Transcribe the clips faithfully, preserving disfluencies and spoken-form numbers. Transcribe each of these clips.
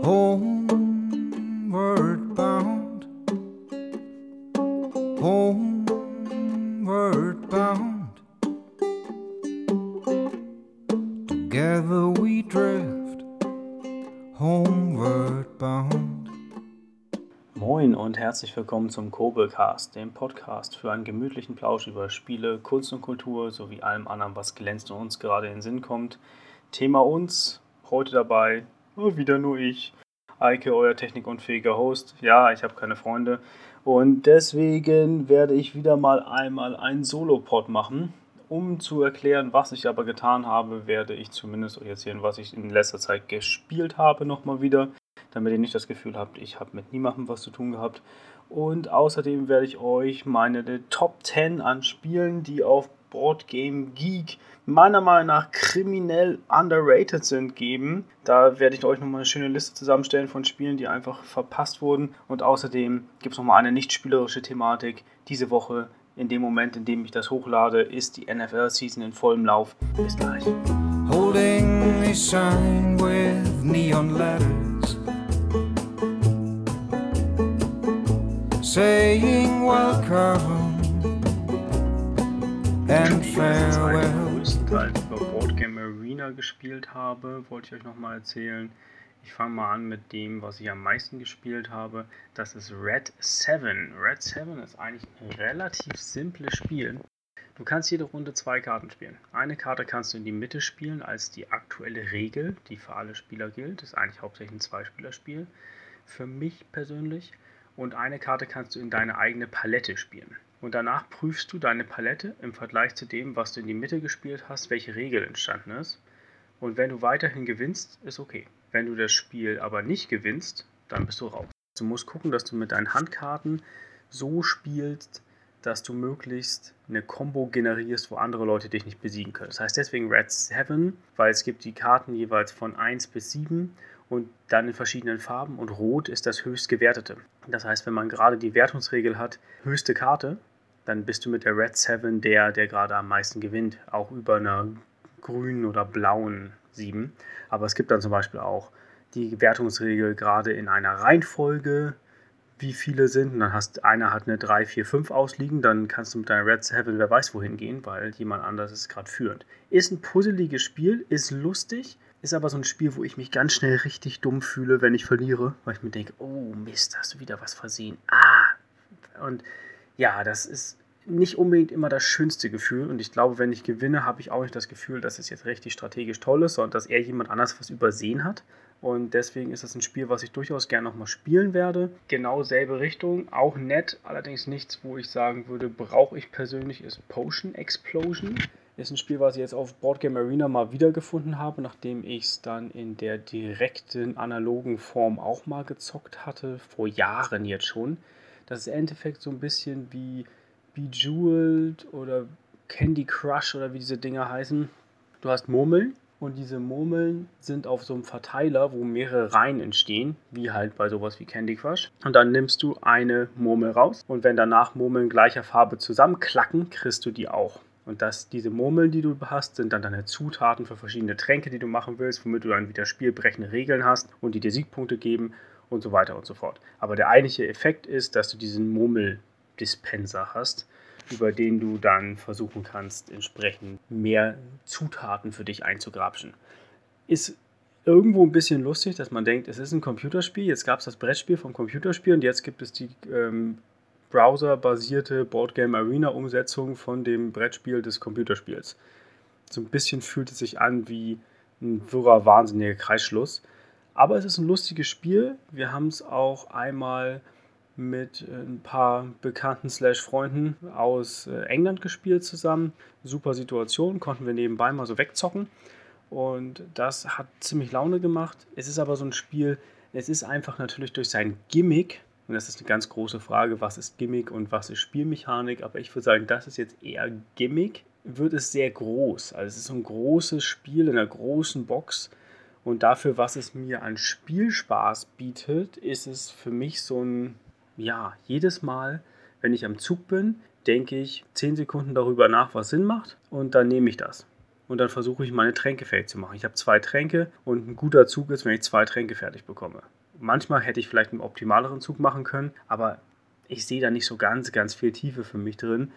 Homeward bound, homeward bound, together we drift, homeward bound. Moin und herzlich willkommen zum Kobelcast, dem Podcast für einen gemütlichen Plausch über Spiele, Kunst und Kultur sowie allem anderen, was glänzt und uns gerade in den Sinn kommt. Thema uns, heute dabei, oh, wieder nur ich, Eike, euer technikunfähiger Host. Ja, ich habe keine Freunde und deswegen werde ich wieder mal einmal einen Solo-Pod machen. Um zu erklären, was ich aber getan habe, werde ich zumindest euch erzählen, was ich in letzter Zeit gespielt habe, nochmal wieder, damit ihr nicht das Gefühl habt, ich habe mit niemandem was zu tun gehabt. Und außerdem werde ich euch meine Top zehn an Spielen, die auf Boardgame Geek meiner Meinung nach kriminell underrated sind, geben. Da werde ich euch nochmal eine schöne Liste zusammenstellen von Spielen, die einfach verpasst wurden. Und außerdem gibt es nochmal eine nicht spielerische Thematik. Diese Woche, in dem Moment, in dem ich das hochlade, ist die N F L-Season in vollem Lauf. Bis gleich. Holding a sign with neon letters, saying welcome and farewell. Größtenteils über Boardgame Arena gespielt habe, wollte ich euch nochmal erzählen. Ich fange mal an mit dem, was ich am meisten gespielt habe. Das ist Red Seven. Red Seven ist eigentlich ein relativ simples Spiel. Du kannst jede Runde zwei Karten spielen. Eine Karte kannst du in die Mitte spielen als die aktuelle Regel, die für alle Spieler gilt. Das ist eigentlich hauptsächlich ein Zwei-Spieler-Spiel. Für mich persönlich. Und eine Karte kannst du in deine eigene Palette spielen. Und danach prüfst du deine Palette im Vergleich zu dem, was du in die Mitte gespielt hast, welche Regel entstanden ist. Und wenn du weiterhin gewinnst, ist okay. Wenn du das Spiel aber nicht gewinnst, dann bist du raus. Du musst gucken, dass du mit deinen Handkarten so spielst, dass du möglichst eine Combo generierst, wo andere Leute dich nicht besiegen können. Das heißt deswegen Red Seven, weil es gibt die Karten jeweils von eins bis sieben und dann in verschiedenen Farben und Rot ist das höchst gewertete. Das heißt, wenn man gerade die Wertungsregel hat, höchste Karte, dann bist du mit der Red Seven der, der gerade am meisten gewinnt, auch über einer grünen oder blauen sieben. Aber es gibt dann zum Beispiel auch die Wertungsregel gerade in einer Reihenfolge, wie viele sind. Und dann hast einer hat eine drei, vier, fünf ausliegen, dann kannst du mit deiner Red Seven wer weiß wohin gehen, weil jemand anders ist gerade führend. Ist ein puzzeliges Spiel, ist lustig, ist aber so ein Spiel, wo ich mich ganz schnell richtig dumm fühle, wenn ich verliere, weil ich mir denke, oh Mist, hast du wieder was versehen. Ah! Und ja, das ist nicht unbedingt immer das schönste Gefühl und ich glaube, wenn ich gewinne, habe ich auch nicht das Gefühl, dass es jetzt richtig strategisch toll ist, sondern dass eher jemand anders was übersehen hat. Und deswegen ist das ein Spiel, was ich durchaus gerne nochmal spielen werde. Genau selbe Richtung, auch nett, allerdings nichts, wo ich sagen würde, brauche ich persönlich, ist Potion Explosion. Ist ein Spiel, was ich jetzt auf Boardgame Arena mal wiedergefunden habe, nachdem ich es dann in der direkten analogen Form auch mal gezockt hatte, vor Jahren jetzt schon. Das ist im Endeffekt so ein bisschen wie Bejeweled oder Candy Crush oder wie diese Dinger heißen. Du hast Murmeln. Und diese Murmeln sind auf so einem Verteiler, wo mehrere Reihen entstehen, wie halt bei sowas wie Candy Crush. Und dann nimmst du eine Murmel raus und wenn danach Murmeln gleicher Farbe zusammenklacken, kriegst du die auch. Und das, diese Murmeln, die du hast, sind dann deine Zutaten für verschiedene Tränke, die du machen willst, womit du dann wieder spielbrechende Regeln hast und die dir Siegpunkte geben und so weiter und so fort. Aber der eigentliche Effekt ist, dass du diesen Murmeldispenser hast, über den du dann versuchen kannst, entsprechend mehr Zutaten für dich einzugrapschen. Ist irgendwo ein bisschen lustig, dass man denkt, es ist ein Computerspiel, jetzt gab es das Brettspiel vom Computerspiel und jetzt gibt es die ähm, browserbasierte Boardgame Arena Umsetzung von dem Brettspiel des Computerspiels. So ein bisschen fühlt es sich an wie ein wirrer, wahnsinniger Kreisschluss. Aber es ist ein lustiges Spiel. Wir haben es auch einmal mit ein paar Bekannten slash Freunden aus England gespielt zusammen. Super Situation, konnten wir nebenbei mal so wegzocken und das hat ziemlich Laune gemacht. Es ist aber so ein Spiel, es ist einfach natürlich durch sein Gimmick, und das ist eine ganz große Frage, was ist Gimmick und was ist Spielmechanik, aber ich würde sagen, das ist jetzt eher Gimmick, wird es sehr groß. Also es ist so ein großes Spiel in einer großen Box und dafür, was es mir an Spielspaß bietet, ist es für mich so ein Ja, jedes Mal, wenn ich am Zug bin, denke ich zehn Sekunden darüber nach, was Sinn macht und dann nehme ich das. Und dann versuche ich meine Tränke fertig zu machen. Ich habe zwei Tränke und ein guter Zug ist, wenn ich zwei Tränke fertig bekomme. Manchmal hätte ich vielleicht einen optimaleren Zug machen können, aber ich sehe da nicht so ganz, ganz viel Tiefe für mich drin,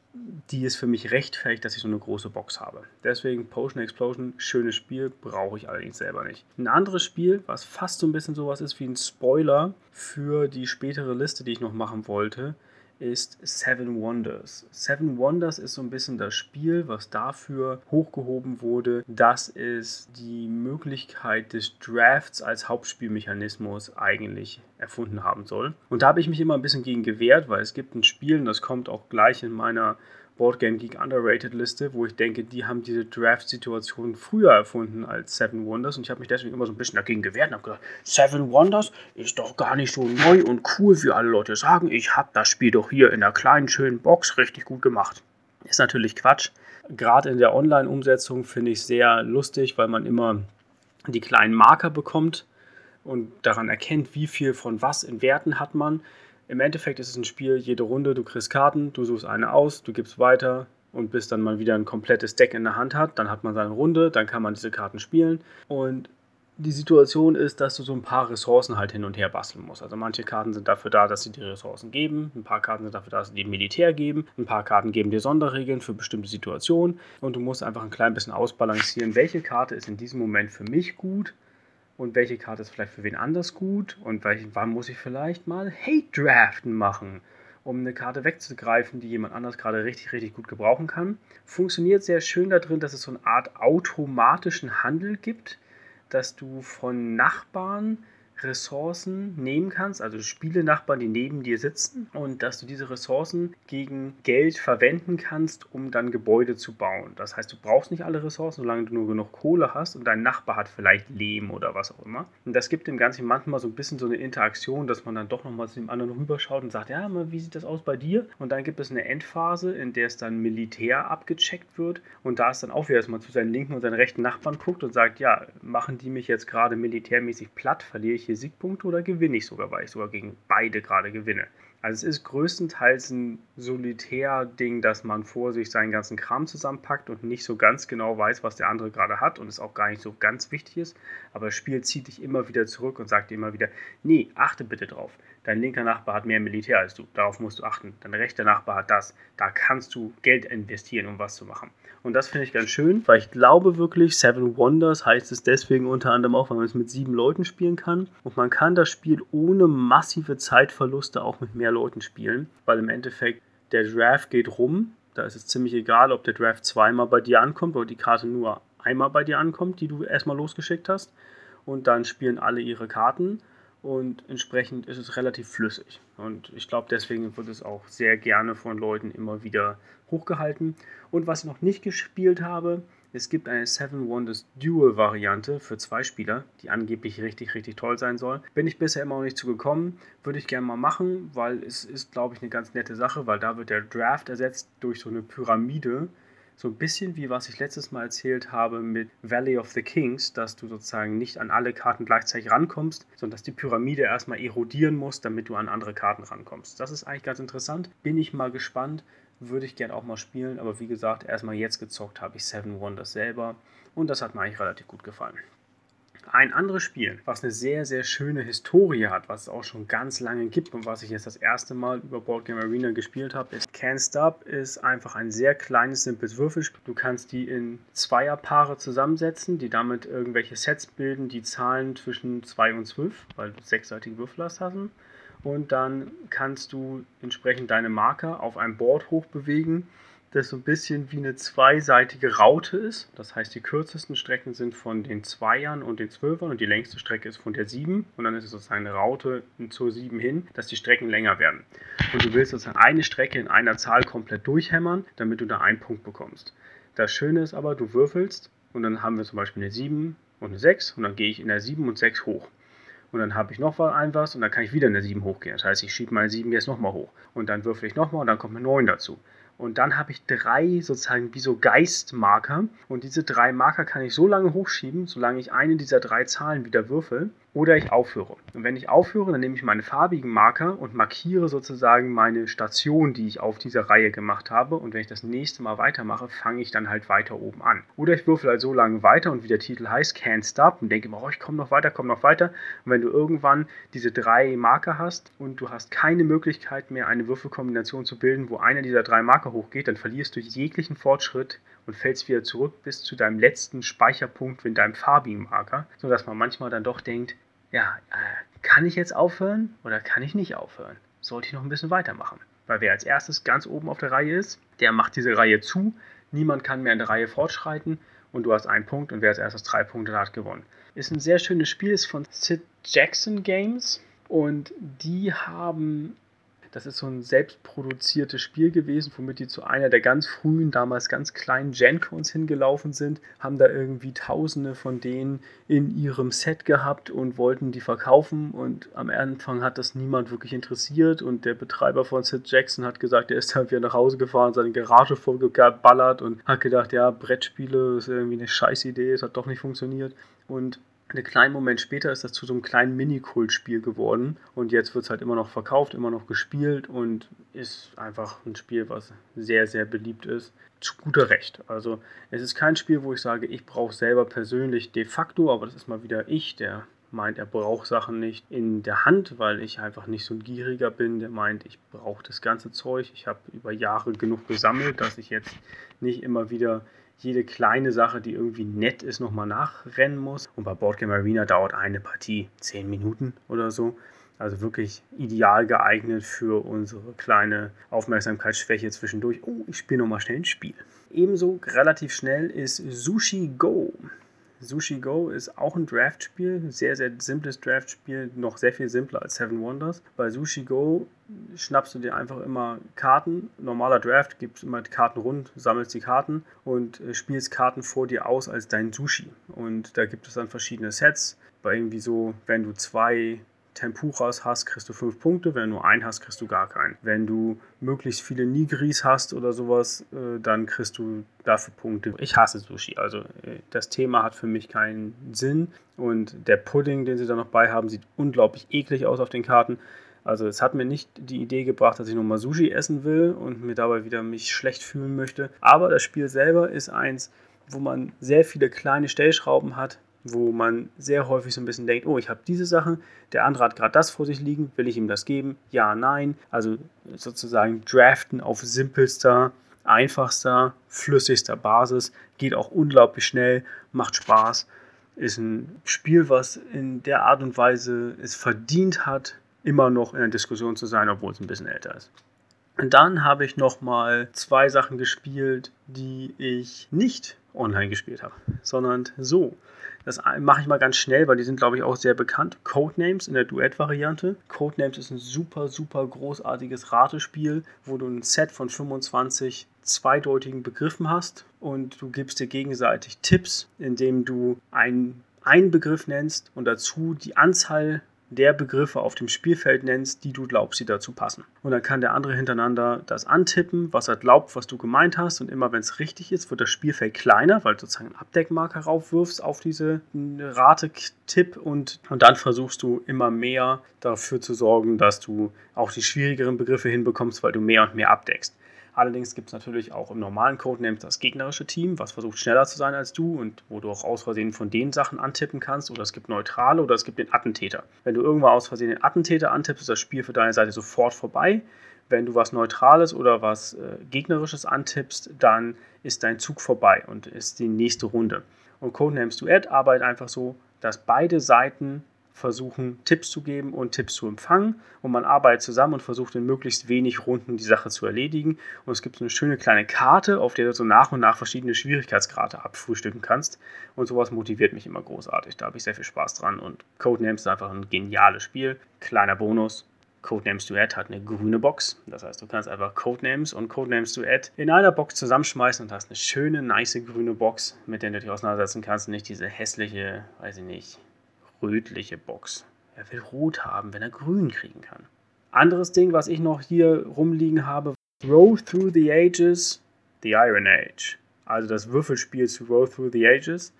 die es für mich rechtfertigt, dass ich so eine große Box habe. Deswegen Potion Explosion, schönes Spiel, brauche ich allerdings selber nicht. Ein anderes Spiel, was fast so ein bisschen sowas ist wie ein Spoiler für die spätere Liste, die ich noch machen wollte, ist Seven Wonders. Seven Wonders ist so ein bisschen das Spiel, was dafür hochgehoben wurde, dass es die Möglichkeit des Drafts als Hauptspielmechanismus eigentlich erfunden haben soll. Und da habe ich mich immer ein bisschen gegen gewehrt, weil es gibt ein Spiel, und das kommt auch gleich in meiner Boardgame Geek Underrated Liste, wo ich denke, die haben diese Draft-Situation früher erfunden als Seven Wonders, und ich habe mich deswegen immer so ein bisschen dagegen gewehrt und habe gedacht, Seven Wonders ist doch gar nicht so neu und cool, wie alle Leute sagen. Ich habe das Spiel doch hier in der kleinen, schönen Box richtig gut gemacht. Ist natürlich Quatsch. Gerade in der Online-Umsetzung finde ich sehr lustig, weil man immer die kleinen Marker bekommt und daran erkennt, wie viel von was in Werten hat man. Im Endeffekt ist es ein Spiel, jede Runde, du kriegst Karten, du suchst eine aus, du gibst weiter und bis dann mal wieder ein komplettes Deck in der Hand hat, dann hat man seine Runde, dann kann man diese Karten spielen und die Situation ist, dass du so ein paar Ressourcen halt hin und her basteln musst. Also manche Karten sind dafür da, dass sie die Ressourcen geben, ein paar Karten sind dafür da, dass sie die Militär geben, ein paar Karten geben dir Sonderregeln für bestimmte Situationen und du musst einfach ein klein bisschen ausbalancieren, welche Karte ist in diesem Moment für mich gut und welche Karte ist vielleicht für wen anders gut und welchen, wann muss ich vielleicht mal Hate-Draften machen, um eine Karte wegzugreifen, die jemand anders gerade richtig, richtig gut gebrauchen kann. Funktioniert sehr schön da drin, dass es so eine Art automatischen Handel gibt, dass du von Nachbarn Ressourcen nehmen kannst, also Spiele-Nachbarn, die neben dir sitzen, und dass du diese Ressourcen gegen Geld verwenden kannst, um dann Gebäude zu bauen. Das heißt, du brauchst nicht alle Ressourcen, solange du nur genug Kohle hast und dein Nachbar hat vielleicht Lehm oder was auch immer. Und das gibt dem Ganzen manchmal so ein bisschen so eine Interaktion, dass man dann doch nochmal zu dem anderen rüberschaut und sagt, ja, wie sieht das aus bei dir? Und dann gibt es eine Endphase, in der es dann Militär abgecheckt wird und da ist dann auch wieder, dass man zu seinen linken und seinen rechten Nachbarn guckt und sagt, ja, machen die mich jetzt gerade militärmäßig platt, verliere ich hier Siegpunkte oder gewinne ich sogar, weil ich sogar gegen beide gerade gewinne. Also es ist größtenteils ein Solitär-Ding, dass man vor sich seinen ganzen Kram zusammenpackt und nicht so ganz genau weiß, was der andere gerade hat und es auch gar nicht so ganz wichtig ist. Aber das Spiel zieht dich immer wieder zurück und sagt dir immer wieder, nee, achte bitte drauf. Dein linker Nachbar hat mehr Militär als du, darauf musst du achten. Dein rechter Nachbar hat das, da kannst du Geld investieren, um was zu machen. Und das finde ich ganz schön, weil ich glaube wirklich, Seven Wonders heißt es deswegen unter anderem auch, weil man es mit sieben Leuten spielen kann. Und man kann das Spiel ohne massive Zeitverluste auch mit mehr Leuten spielen, weil im Endeffekt der Draft geht rum. Da ist es ziemlich egal, ob der Draft zweimal bei dir ankommt oder die Karte nur einmal bei dir ankommt, die du erstmal losgeschickt hast. Und dann spielen alle ihre Karten. Und entsprechend ist es relativ flüssig. Und ich glaube, deswegen wird es auch sehr gerne von Leuten immer wieder hochgehalten. Und was ich noch nicht gespielt habe, es gibt eine Seven Wonders Dual-Variante für zwei Spieler, die angeblich richtig, richtig toll sein soll. Bin ich bisher immer noch nicht zugekommen, würde ich gerne mal machen, weil es ist, glaube ich, eine ganz nette Sache, weil da wird der Draft ersetzt durch so eine Pyramide. So ein bisschen wie was ich letztes Mal erzählt habe mit Valley of the Kings, dass du sozusagen nicht an alle Karten gleichzeitig rankommst, sondern dass die Pyramide erstmal erodieren muss, damit du an andere Karten rankommst. Das ist eigentlich ganz interessant. Bin ich mal gespannt. Würde ich gerne auch mal spielen. Aber wie gesagt, erstmal jetzt gezockt habe ich Seven Wonders selber. Und das hat mir eigentlich relativ gut gefallen. Ein anderes Spiel, was eine sehr, sehr schöne Historie hat, was es auch schon ganz lange gibt und was ich jetzt das erste Mal über Boardgame Arena gespielt habe, ist Can't Stop. Ist einfach ein sehr kleines, simples Würfelspiel. Du kannst die in Zweierpaare zusammensetzen, die damit irgendwelche Sets bilden, die Zahlen zwischen zwei und zwölf, weil du sechsseitige Würfel hast. Und dann kannst du entsprechend deine Marker auf ein Board hochbewegen, das so ein bisschen wie eine zweiseitige Raute ist. Das heißt, die kürzesten Strecken sind von den Zweiern und den Zwölfern und die längste Strecke ist von der sieben. Und dann ist es sozusagen eine Raute zur sieben hin, dass die Strecken länger werden. Und du willst sozusagen eine Strecke in einer Zahl komplett durchhämmern, damit du da einen Punkt bekommst. Das Schöne ist aber, du würfelst und dann haben wir zum Beispiel eine sieben und eine sechs und dann gehe ich in der sieben und sechs hoch. Und dann habe ich noch ein was und dann kann ich wieder in der sieben hochgehen. Das heißt, ich schiebe meine sieben jetzt nochmal hoch. Und dann würfel ich nochmal und dann kommt eine neun dazu. Und dann habe ich drei sozusagen wie so Geistmarker. Und diese drei Marker kann ich so lange hochschieben, solange ich eine dieser drei Zahlen wieder würfel. oder ich aufhöre. Und wenn ich aufhöre, dann nehme ich meine farbigen Marker und markiere sozusagen meine Station, die ich auf dieser Reihe gemacht habe. Und wenn ich das nächste Mal weitermache, fange ich dann halt weiter oben an. Oder ich würfel halt so lange weiter und wie der Titel heißt, Can't Stop, und denke immer, oh, ich komme noch weiter, komme noch weiter. Und wenn du irgendwann diese drei Marker hast und du hast keine Möglichkeit mehr, eine Würfelkombination zu bilden, wo einer dieser drei Marker hochgeht, dann verlierst du jeglichen Fortschritt und fällst wieder zurück bis zu deinem letzten Speicherpunkt in deinem farbigen Marker, sodass man manchmal dann doch denkt, ja, äh, kann ich jetzt aufhören oder kann ich nicht aufhören? Sollte ich noch ein bisschen weitermachen? Weil wer als erstes ganz oben auf der Reihe ist, der macht diese Reihe zu, niemand kann mehr in der Reihe fortschreiten und du hast einen Punkt und wer als erstes drei Punkte hat, hat gewonnen. Ist ein sehr schönes Spiel, ist von Sid Jackson Games und die haben... Das ist so ein selbstproduziertes Spiel gewesen, womit die zu einer der ganz frühen, damals ganz kleinen Gen-Cons hingelaufen sind, haben da irgendwie tausende von denen in ihrem Set gehabt und wollten die verkaufen und am Anfang hat das niemand wirklich interessiert und der Betreiber von Sid Jackson hat gesagt, er ist dann wieder nach Hause gefahren, seine Garage vollgeballert und hat gedacht, ja, Brettspiele ist irgendwie eine Scheißidee, es hat doch nicht funktioniert und einen kleinen Moment später ist das zu so einem kleinen Mini-Kult-Spiel geworden und jetzt wird es halt immer noch verkauft, immer noch gespielt und ist einfach ein Spiel, was sehr, sehr beliebt ist. Zu guter Recht. Also es ist kein Spiel, wo ich sage, ich brauche selber persönlich de facto, aber das ist mal wieder ich, der meint, er braucht Sachen nicht in der Hand, weil ich einfach nicht so ein Gieriger bin, der meint, ich brauche das ganze Zeug. Ich habe über Jahre genug gesammelt, dass ich jetzt nicht immer wieder jede kleine Sache, die irgendwie nett ist, nochmal nachrennen muss. Und bei Boardgame Arena dauert eine Partie zehn Minuten oder so. Also wirklich ideal geeignet für unsere kleine Aufmerksamkeitsschwäche zwischendurch. Oh, ich spiele nochmal schnell ein Spiel. Ebenso relativ schnell ist Sushi Go. Sushi Go ist auch ein Draftspiel, sehr, sehr simples Draftspiel, noch sehr viel simpler als Seven Wonders. Bei Sushi Go schnappst du dir einfach immer Karten. Normaler Draft gibst immer die Karten rund, sammelst die Karten und spielst Karten vor dir aus als dein Sushi. Und da gibt es dann verschiedene Sets. Bei irgendwie so, wenn du zwei Tempuras hast, kriegst du fünf Punkte. Wenn du nur einen hast, kriegst du gar keinen. Wenn du möglichst viele Nigris hast oder sowas, äh, dann kriegst du dafür Punkte. Ich hasse Sushi, also äh, das Thema hat für mich keinen Sinn. Und der Pudding, den sie da noch bei haben, sieht unglaublich eklig aus auf den Karten. Also es hat mir nicht die Idee gebracht, dass ich nochmal Sushi essen will und mir dabei wieder mich schlecht fühlen möchte. Aber das Spiel selber ist eins, wo man sehr viele kleine Stellschrauben hat, wo man sehr häufig so ein bisschen denkt, oh, ich habe diese Sache, der andere hat gerade das vor sich liegen, will ich ihm das geben? Ja, nein. Also sozusagen draften auf simpelster, einfachster, flüssigster Basis, geht auch unglaublich schnell, macht Spaß, ist ein Spiel, was in der Art und Weise es verdient hat, immer noch in der Diskussion zu sein, obwohl es ein bisschen älter ist. Und dann habe ich nochmal zwei Sachen gespielt, die ich nicht online gespielt habe, sondern so. Das mache ich mal ganz schnell, weil die sind, glaube ich, auch sehr bekannt. Codenames in der Duett-Variante. Codenames ist ein super, super großartiges Ratespiel, wo du ein Set von fünfundzwanzig zweideutigen Begriffen hast und du gibst dir gegenseitig Tipps, indem du einen, einen Begriff nennst und dazu die Anzahl der Begriffe auf dem Spielfeld nennst, die du glaubst, die dazu passen. Und dann kann der andere hintereinander das antippen, was er glaubt, was du gemeint hast. Und immer wenn es richtig ist, wird das Spielfeld kleiner, weil du sozusagen einen Abdeckmarker raufwirfst auf diese Rate-Tipp und, und dann versuchst du immer mehr dafür zu sorgen, dass du auch die schwierigeren Begriffe hinbekommst, weil du mehr und mehr abdeckst. Allerdings gibt es natürlich auch im normalen Codenames das gegnerische Team, was versucht schneller zu sein als du und wo du auch aus Versehen von den Sachen antippen kannst. Oder es gibt Neutrale oder es gibt den Attentäter. Wenn du irgendwann aus Versehen den Attentäter antippst, ist das Spiel für deine Seite sofort vorbei. Wenn du was Neutrales oder was äh, Gegnerisches antippst, dann ist dein Zug vorbei und ist die nächste Runde. Und Codenames Duett arbeitet einfach so, dass beide Seiten versuchen, Tipps zu geben und Tipps zu empfangen und man arbeitet zusammen und versucht in möglichst wenig Runden die Sache zu erledigen und es gibt so eine schöne kleine Karte, auf der du so nach und nach verschiedene Schwierigkeitsgrade abfrühstücken kannst und sowas motiviert mich immer großartig, da habe ich sehr viel Spaß dran und Codenames ist einfach ein geniales Spiel. Kleiner Bonus, Codenames Duett hat eine grüne Box, das heißt du kannst einfach Codenames und Codenames Duett in einer Box zusammenschmeißen und hast eine schöne, nice grüne Box, mit der du dich auseinandersetzen kannst und nicht diese hässliche, weiß ich nicht, rötliche Box. Wer will rot haben, wenn er grün kriegen kann? Anderes Ding, was ich noch hier rumliegen habe, Row Through the Ages, The Iron Age. Also das Würfelspiel zu Row Through the Ages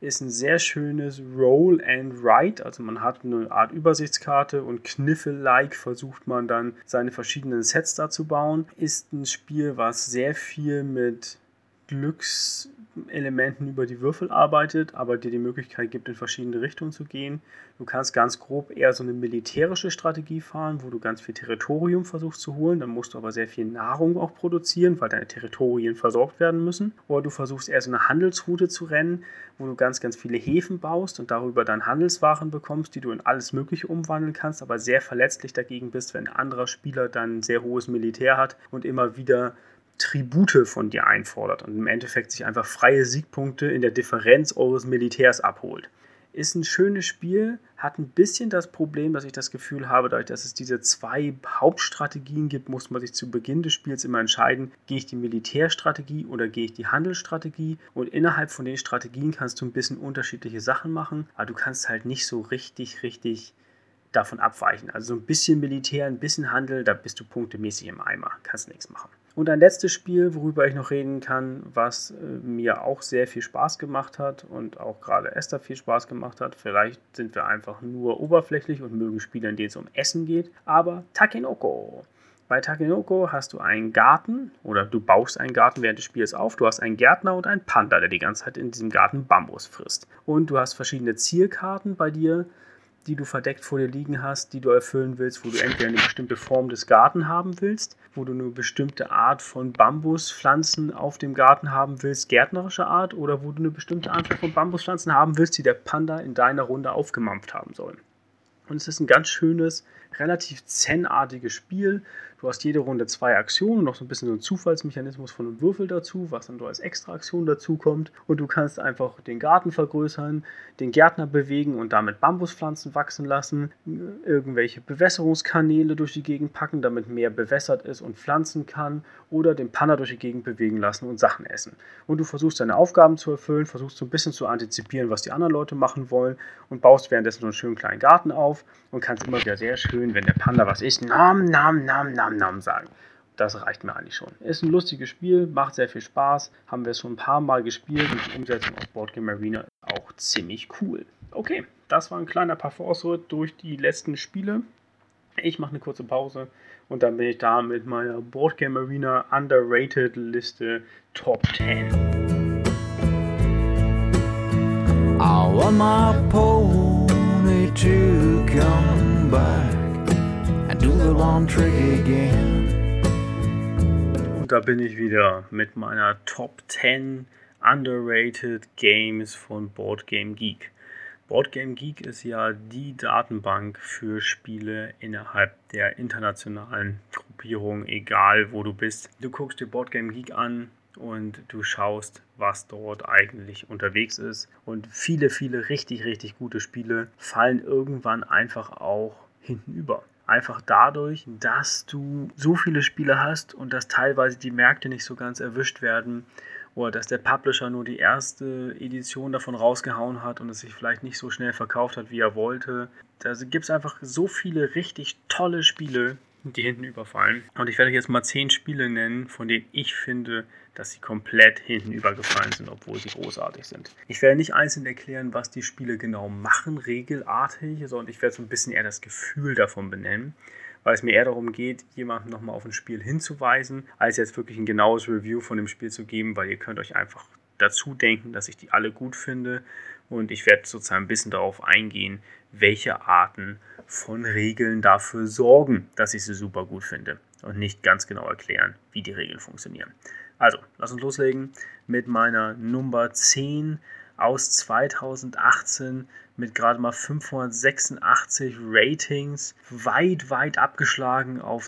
ist ein sehr schönes Roll and Write, also man hat eine Art Übersichtskarte und Kniffel-like versucht man dann seine verschiedenen Sets da zu bauen. Ist ein Spiel, was sehr viel mit Glückselementen über die Würfel arbeitet, aber dir die Möglichkeit gibt, in verschiedene Richtungen zu gehen. Du kannst ganz grob eher so eine militärische Strategie fahren, wo du ganz viel Territorium versuchst zu holen. Dann musst du aber sehr viel Nahrung auch produzieren, weil deine Territorien versorgt werden müssen. Oder du versuchst eher so eine Handelsroute zu rennen, wo du ganz, ganz viele Häfen baust und darüber dann Handelswaren bekommst, die du in alles Mögliche umwandeln kannst, aber sehr verletzlich dagegen bist, wenn ein anderer Spieler dann ein sehr hohes Militär hat und immer wieder Tribute von dir einfordert und im Endeffekt sich einfach freie Siegpunkte in der Differenz eures Militärs abholt. Ist ein schönes Spiel, hat ein bisschen das Problem, dass ich das Gefühl habe, dadurch, dass es diese zwei Hauptstrategien gibt, muss man sich zu Beginn des Spiels immer entscheiden, gehe ich die Militärstrategie oder gehe ich die Handelsstrategie, und innerhalb von den Strategien kannst du ein bisschen unterschiedliche Sachen machen, aber du kannst halt nicht so richtig, richtig davon abweichen. Also so ein bisschen Militär, ein bisschen Handel, da bist du punktemäßig im Eimer, kannst nichts machen. Und ein letztes Spiel, worüber ich noch reden kann, was äh, mir auch sehr viel Spaß gemacht hat und auch gerade Esther viel Spaß gemacht hat. Vielleicht sind wir einfach nur oberflächlich und mögen Spiele, in denen es um Essen geht. Aber Takenoko. Bei Takenoko hast du einen Garten oder du baust einen Garten während des Spiels auf. Du hast einen Gärtner und einen Panda, der die ganze Zeit in diesem Garten Bambus frisst. Und du hast verschiedene Zielkarten bei dir, die du verdeckt vor dir liegen hast, die du erfüllen willst, wo du entweder eine bestimmte Form des Garten haben willst, wo du eine bestimmte Art von Bambuspflanzen auf dem Garten haben willst, gärtnerische Art, oder wo du eine bestimmte Art von Bambuspflanzen haben willst, die der Panda in deiner Runde aufgemampft haben soll. Und es ist ein ganz schönes, relativ zen-artiges Spiel. Du hast jede Runde zwei Aktionen, noch so ein bisschen so ein Zufallsmechanismus von einem Würfel dazu, was dann so als Extra-Aktion dazu kommt. Und du kannst einfach den Garten vergrößern, den Gärtner bewegen und damit Bambuspflanzen wachsen lassen, irgendwelche Bewässerungskanäle durch die Gegend packen, damit mehr bewässert ist und pflanzen kann, oder den Panda durch die Gegend bewegen lassen und Sachen essen. Und du versuchst deine Aufgaben zu erfüllen, versuchst so ein bisschen zu antizipieren, was die anderen Leute machen wollen, und baust währenddessen so einen schönen kleinen Garten auf und kannst immer wieder sehr schön, wenn der Panda was isst, Nam, Nam, Nam, Nam, Nam sagen. Das reicht mir eigentlich schon. Ist ein lustiges Spiel, macht sehr viel Spaß, haben wir schon ein paar Mal gespielt und die Umsetzung aus Board Game Arena ist auch ziemlich cool. Okay, das war ein kleiner Parforce-Ritt durch die letzten Spiele. Ich mache eine kurze Pause und dann bin ich da mit meiner Board Game Arena Underrated Liste Top zehn. I want my pony to come back and do the one trick again. Und da bin ich wieder mit meiner Top zehn Underrated Games von Board Game Geek. Board Game Geek ist ja die Datenbank für Spiele innerhalb der internationalen Gruppierung, egal wo du bist. Du guckst dir Board Game Geek an und du schaust, was dort eigentlich unterwegs ist. Und viele, viele richtig, richtig gute Spiele fallen irgendwann einfach auch hinten über. Einfach dadurch, dass du so viele Spiele hast und dass teilweise die Märkte nicht so ganz erwischt werden oder dass der Publisher nur die erste Edition davon rausgehauen hat und es sich vielleicht nicht so schnell verkauft hat, wie er wollte. Da gibt es einfach so viele richtig tolle Spiele, die hinten überfallen. Und ich werde euch jetzt mal zehn Spiele nennen, von denen ich finde, dass sie komplett hinten übergefallen sind, obwohl sie großartig sind. Ich werde nicht einzeln erklären, was die Spiele genau machen, regelartig, sondern ich werde so ein bisschen eher das Gefühl davon benennen, weil es mir eher darum geht, jemanden nochmal auf ein Spiel hinzuweisen, als jetzt wirklich ein genaues Review von dem Spiel zu geben, weil ihr könnt euch einfach dazu denken, dass ich die alle gut finde, und ich werde sozusagen ein bisschen darauf eingehen, welche Arten von Regeln dafür sorgen, dass ich sie super gut finde, und nicht ganz genau erklären, wie die Regeln funktionieren. Also, lass uns loslegen mit meiner Nummer zehn aus zweitausendachtzehn mit gerade mal fünfhundertsechsundachtzig Ratings, weit, weit abgeschlagen auf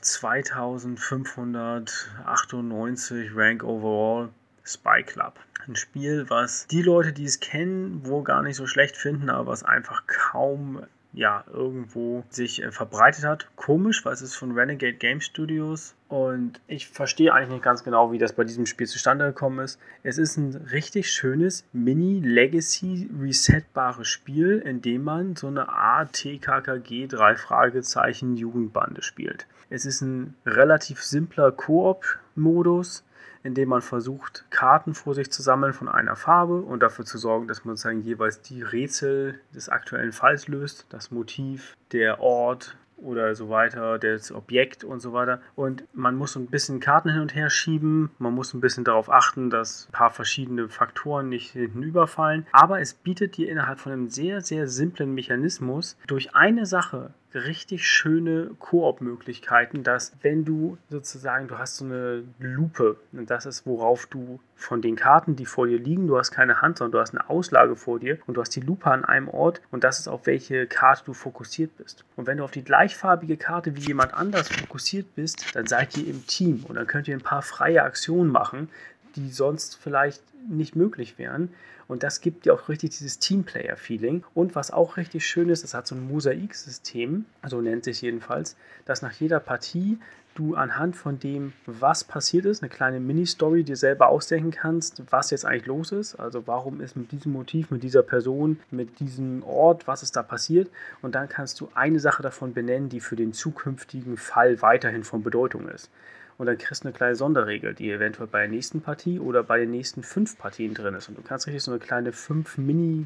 zweitausendfünfhundertachtundneunzig Rank Overall, Spy Club. Ein Spiel, was die Leute, die es kennen, wohl gar nicht so schlecht finden, aber was einfach kaum ja, irgendwo sich äh, verbreitet hat. Komisch, weil es ist von Renegade Game Studios und ich verstehe eigentlich nicht ganz genau, wie das bei diesem Spiel zustande gekommen ist. Es ist ein richtig schönes Mini-Legacy-resetbares Spiel, in dem man so eine Art T K K G drei Fragezeichen Jugendbande spielt. Es ist ein relativ simpler Koop-Modus, indem man versucht, Karten vor sich zu sammeln von einer Farbe und dafür zu sorgen, dass man sozusagen jeweils die Rätsel des aktuellen Falls löst, das Motiv, der Ort oder so weiter, das Objekt und so weiter. Und man muss so ein bisschen Karten hin und her schieben, man muss ein bisschen darauf achten, dass ein paar verschiedene Faktoren nicht hinten überfallen. Aber es bietet dir innerhalb von einem sehr, sehr simplen Mechanismus durch eine Sache richtig schöne Koop-Möglichkeiten, dass wenn du sozusagen, du hast so eine Lupe und das ist, worauf du von den Karten, die vor dir liegen, du hast keine Hand, sondern du hast eine Auslage vor dir und du hast die Lupe an einem Ort und das ist, auf welche Karte du fokussiert bist. Und wenn du auf die gleichfarbige Karte wie jemand anders fokussiert bist, dann seid ihr im Team und dann könnt ihr ein paar freie Aktionen machen, die sonst vielleicht nicht möglich wären. Und das gibt dir auch richtig dieses Teamplayer-Feeling. Und was auch richtig schön ist, es hat so ein Mosaik-System, so nennt sich jedenfalls, dass nach jeder Partie du anhand von dem, was passiert ist, eine kleine Mini-Story dir selber ausdenken kannst, was jetzt eigentlich los ist. Also warum ist mit diesem Motiv, mit dieser Person, mit diesem Ort, was ist da passiert. Und dann kannst du eine Sache davon benennen, die für den zukünftigen Fall weiterhin von Bedeutung ist. Und dann kriegst du eine kleine Sonderregel, die eventuell bei der nächsten Partie oder bei den nächsten fünf Partien drin ist. Und du kannst richtig so eine kleine fünf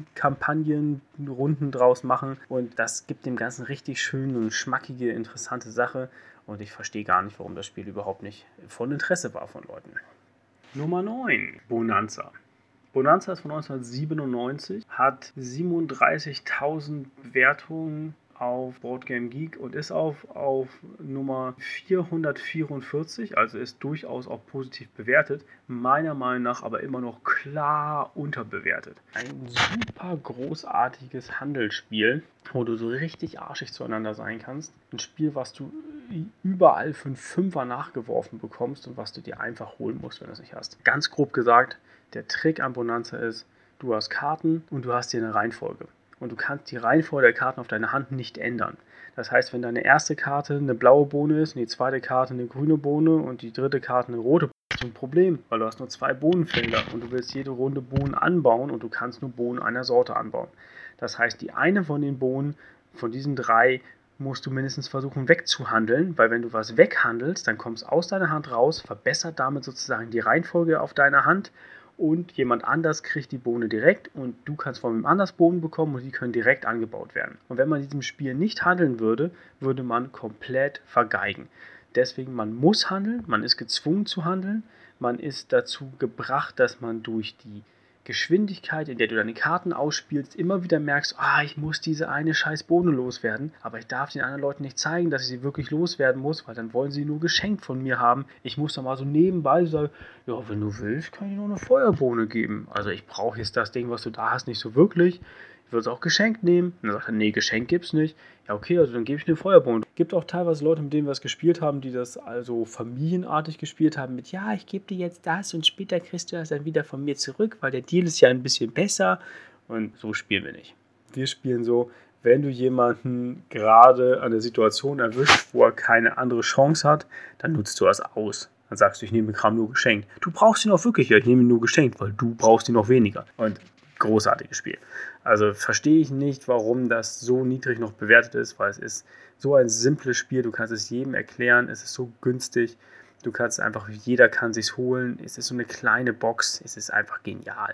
Mini-Kampagnen-Runden draus machen. Und das gibt dem Ganzen richtig schön und schmackige, interessante Sache. Und ich verstehe gar nicht, warum das Spiel überhaupt nicht von Interesse war von Leuten. Nummer neun, Bonanza. Bonanza ist von neunzehnhundertsiebenundneunzig, hat siebenunddreißigtausend Bewertungen auf BoardGameGeek und ist auf, auf Nummer vierhundertvierundvierzig, also ist durchaus auch positiv bewertet, meiner Meinung nach aber immer noch klar unterbewertet. Ein super großartiges Handelsspiel, wo du so richtig arschig zueinander sein kannst. Ein Spiel, was du überall für einen Fünfer nachgeworfen bekommst und was du dir einfach holen musst, wenn du es nicht hast. Ganz grob gesagt, der Trick an Bonanza ist, du hast Karten und du hast dir eine Reihenfolge. Und du kannst die Reihenfolge der Karten auf deiner Hand nicht ändern. Das heißt, wenn deine erste Karte eine blaue Bohne ist und die zweite Karte eine grüne Bohne und die dritte Karte eine rote Bohne, hast du ein Problem, weil du hast nur zwei Bohnenfelder und du willst jede Runde Bohnen anbauen und du kannst nur Bohnen einer Sorte anbauen. Das heißt, die eine von den Bohnen, von diesen drei, musst du mindestens versuchen wegzuhandeln, weil wenn du was weghandelst, dann kommst du aus deiner Hand raus, verbessert damit sozusagen die Reihenfolge auf deiner Hand und jemand anders kriegt die Bohne direkt und du kannst von wem anders Bohnen bekommen und die können direkt angebaut werden. Und wenn man in diesem Spiel nicht handeln würde, würde man komplett vergeigen. Deswegen, man muss handeln, man ist gezwungen zu handeln, man ist dazu gebracht, dass man durch die Geschwindigkeit, in der du deine Karten ausspielst, immer wieder merkst, ah, ich muss diese eine scheiß Bohne loswerden, aber ich darf den anderen Leuten nicht zeigen, dass ich sie wirklich loswerden muss, weil dann wollen sie nur geschenkt von mir haben. Ich muss dann mal so nebenbei sagen, ja, wenn du willst, kann ich dir noch eine Feuerbohne geben. Also ich brauche jetzt das Ding, was du da hast, nicht so wirklich. Ich würde es auch geschenkt nehmen. Und dann sagt er, nee, Geschenk gibt's nicht. Ja, okay, also dann gebe ich eine Feuerbohne. Es gibt auch teilweise Leute, mit denen wir es gespielt haben, die das also familienartig gespielt haben mit, ja, ich gebe dir jetzt das und später kriegst du das dann wieder von mir zurück, weil der Deal ist ja ein bisschen besser. Und so spielen wir nicht. Wir spielen so, wenn du jemanden gerade an der Situation erwischt, wo er keine andere Chance hat, dann nutzt du das aus. Dann sagst du, ich nehme den Kram nur geschenkt. Du brauchst ihn auch wirklich, ja, ich nehme ihn nur geschenkt, weil du brauchst ihn noch weniger. Und großartiges Spiel. Also verstehe ich nicht, warum das so niedrig noch bewertet ist, weil es ist so ein simples Spiel, du kannst es jedem erklären, es ist so günstig, du kannst einfach, jeder kann es sich holen, es ist so eine kleine Box, es ist einfach genial.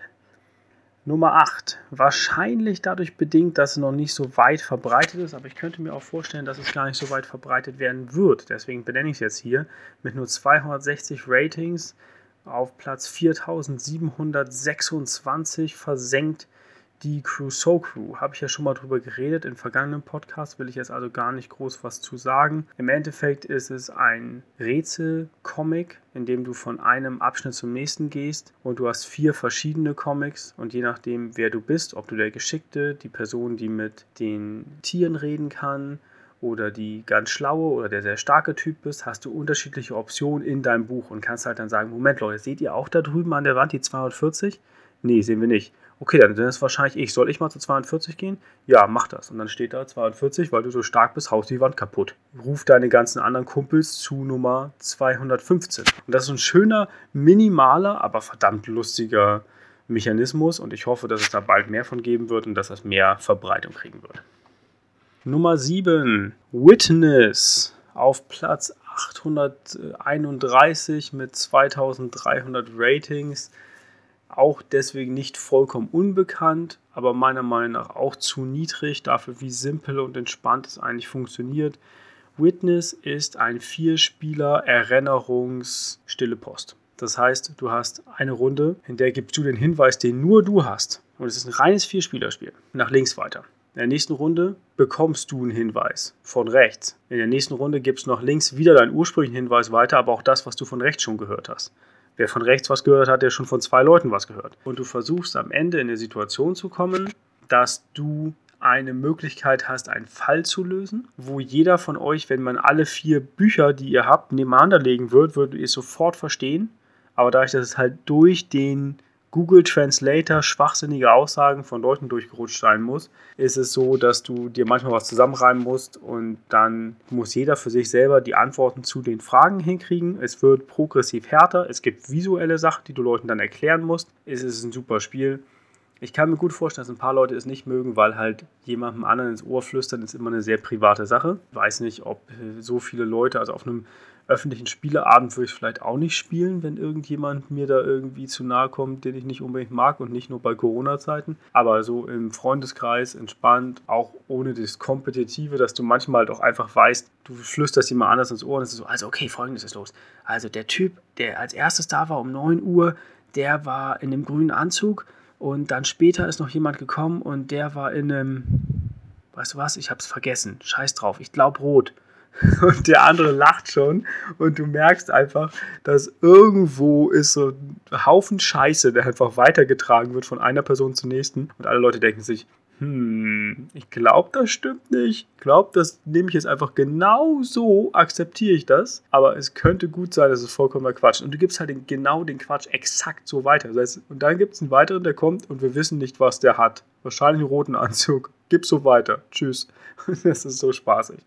Nummer acht. Wahrscheinlich dadurch bedingt, dass es noch nicht so weit verbreitet ist, aber ich könnte mir auch vorstellen, dass es gar nicht so weit verbreitet werden wird. Deswegen benenne ich es jetzt hier mit nur zweihundertsechzig Ratings auf Platz viertausendsiebenhundertsechsundzwanzig versenkt die Crusoe Crew. Habe ich ja schon mal drüber geredet in vergangenen Podcasts, will ich jetzt also gar nicht groß was zu sagen. Im Endeffekt ist es ein Rätsel-Comic, in dem du von einem Abschnitt zum nächsten gehst und du hast vier verschiedene Comics und je nachdem, wer du bist, ob du der Geschickte, die Person, die mit den Tieren reden kann, oder die ganz schlaue oder der sehr starke Typ bist, hast du unterschiedliche Optionen in deinem Buch und kannst halt dann sagen, Moment Leute, seht ihr auch da drüben an der Wand die zweihundertvierzig? Nee, sehen wir nicht. Okay, dann ist es wahrscheinlich ich. Soll ich mal zu zweihundertvierzig gehen? Ja, mach das. Und dann steht da zweihundertvierzig, weil du so stark bist, haust die Wand kaputt. Ruf deine ganzen anderen Kumpels zu Nummer zweihundertfünfzehn. Und das ist ein schöner, minimaler, aber verdammt lustiger Mechanismus und ich hoffe, dass es da bald mehr von geben wird und dass das mehr Verbreitung kriegen wird. Nummer sieben, Witness auf Platz achthunderteinunddreißig mit zweitausenddreihundert Ratings. Auch deswegen nicht vollkommen unbekannt, aber meiner Meinung nach auch zu niedrig dafür, wie simpel und entspannt es eigentlich funktioniert. Witness ist ein Vier-Spieler-Erinnerungs-Stille Post. Das heißt, du hast eine Runde, in der gibst du den Hinweis, den nur du hast. Und es ist ein reines Vier-Spieler-Spiel. Nach links weiter. In der nächsten Runde bekommst du einen Hinweis von rechts. In der nächsten Runde gibst du nach links wieder deinen ursprünglichen Hinweis weiter, aber auch das, was du von rechts schon gehört hast. Wer von rechts was gehört hat, der schon von zwei Leuten was gehört. Und du versuchst am Ende in eine Situation zu kommen, dass du eine Möglichkeit hast, einen Fall zu lösen, wo jeder von euch, wenn man alle vier Bücher, die ihr habt, nebeneinander legen wird, würdet ihr es sofort verstehen. Aber dadurch, dass es halt durch den Google Translator schwachsinnige Aussagen von Leuten durchgerutscht sein muss, ist es so, dass du dir manchmal was zusammenreimen musst und dann muss jeder für sich selber die Antworten zu den Fragen hinkriegen. Es wird progressiv härter, es gibt visuelle Sachen, die du Leuten dann erklären musst. Es ist ein super Spiel. Ich kann mir gut vorstellen, dass ein paar Leute es nicht mögen, weil halt jemandem anderen ins Ohr flüstern ist immer eine sehr private Sache. Ich weiß nicht, ob so viele Leute, also auf einem öffentlichen Spieleabend würde ich vielleicht auch nicht spielen, wenn irgendjemand mir da irgendwie zu nahe kommt, den ich nicht unbedingt mag und nicht nur bei Corona-Zeiten. Aber so im Freundeskreis entspannt, auch ohne das Kompetitive, dass du manchmal halt auch einfach weißt, du flüsterst jemand anders ins Ohr und es ist so, also okay, Folgendes ist los. Also der Typ, der als erstes da war um neun Uhr, der war in einem grünen Anzug und dann später ist noch jemand gekommen und der war in einem, weißt du was, ich hab's vergessen, scheiß drauf, ich glaube rot. Und der andere lacht schon und du merkst einfach, dass irgendwo ist so ein Haufen Scheiße, der einfach weitergetragen wird von einer Person zur nächsten und alle Leute denken sich, hm, ich glaube, das stimmt nicht. Ich glaube, das nehme ich jetzt einfach genau so, akzeptiere ich das, aber es könnte gut sein, dass es vollkommener Quatsch ist. Und du gibst halt den, genau den Quatsch exakt so weiter. Das heißt, und dann gibt es einen weiteren, der kommt und wir wissen nicht, was der hat. Wahrscheinlich einen roten Anzug. Gib so weiter. Tschüss. Das ist so spaßig.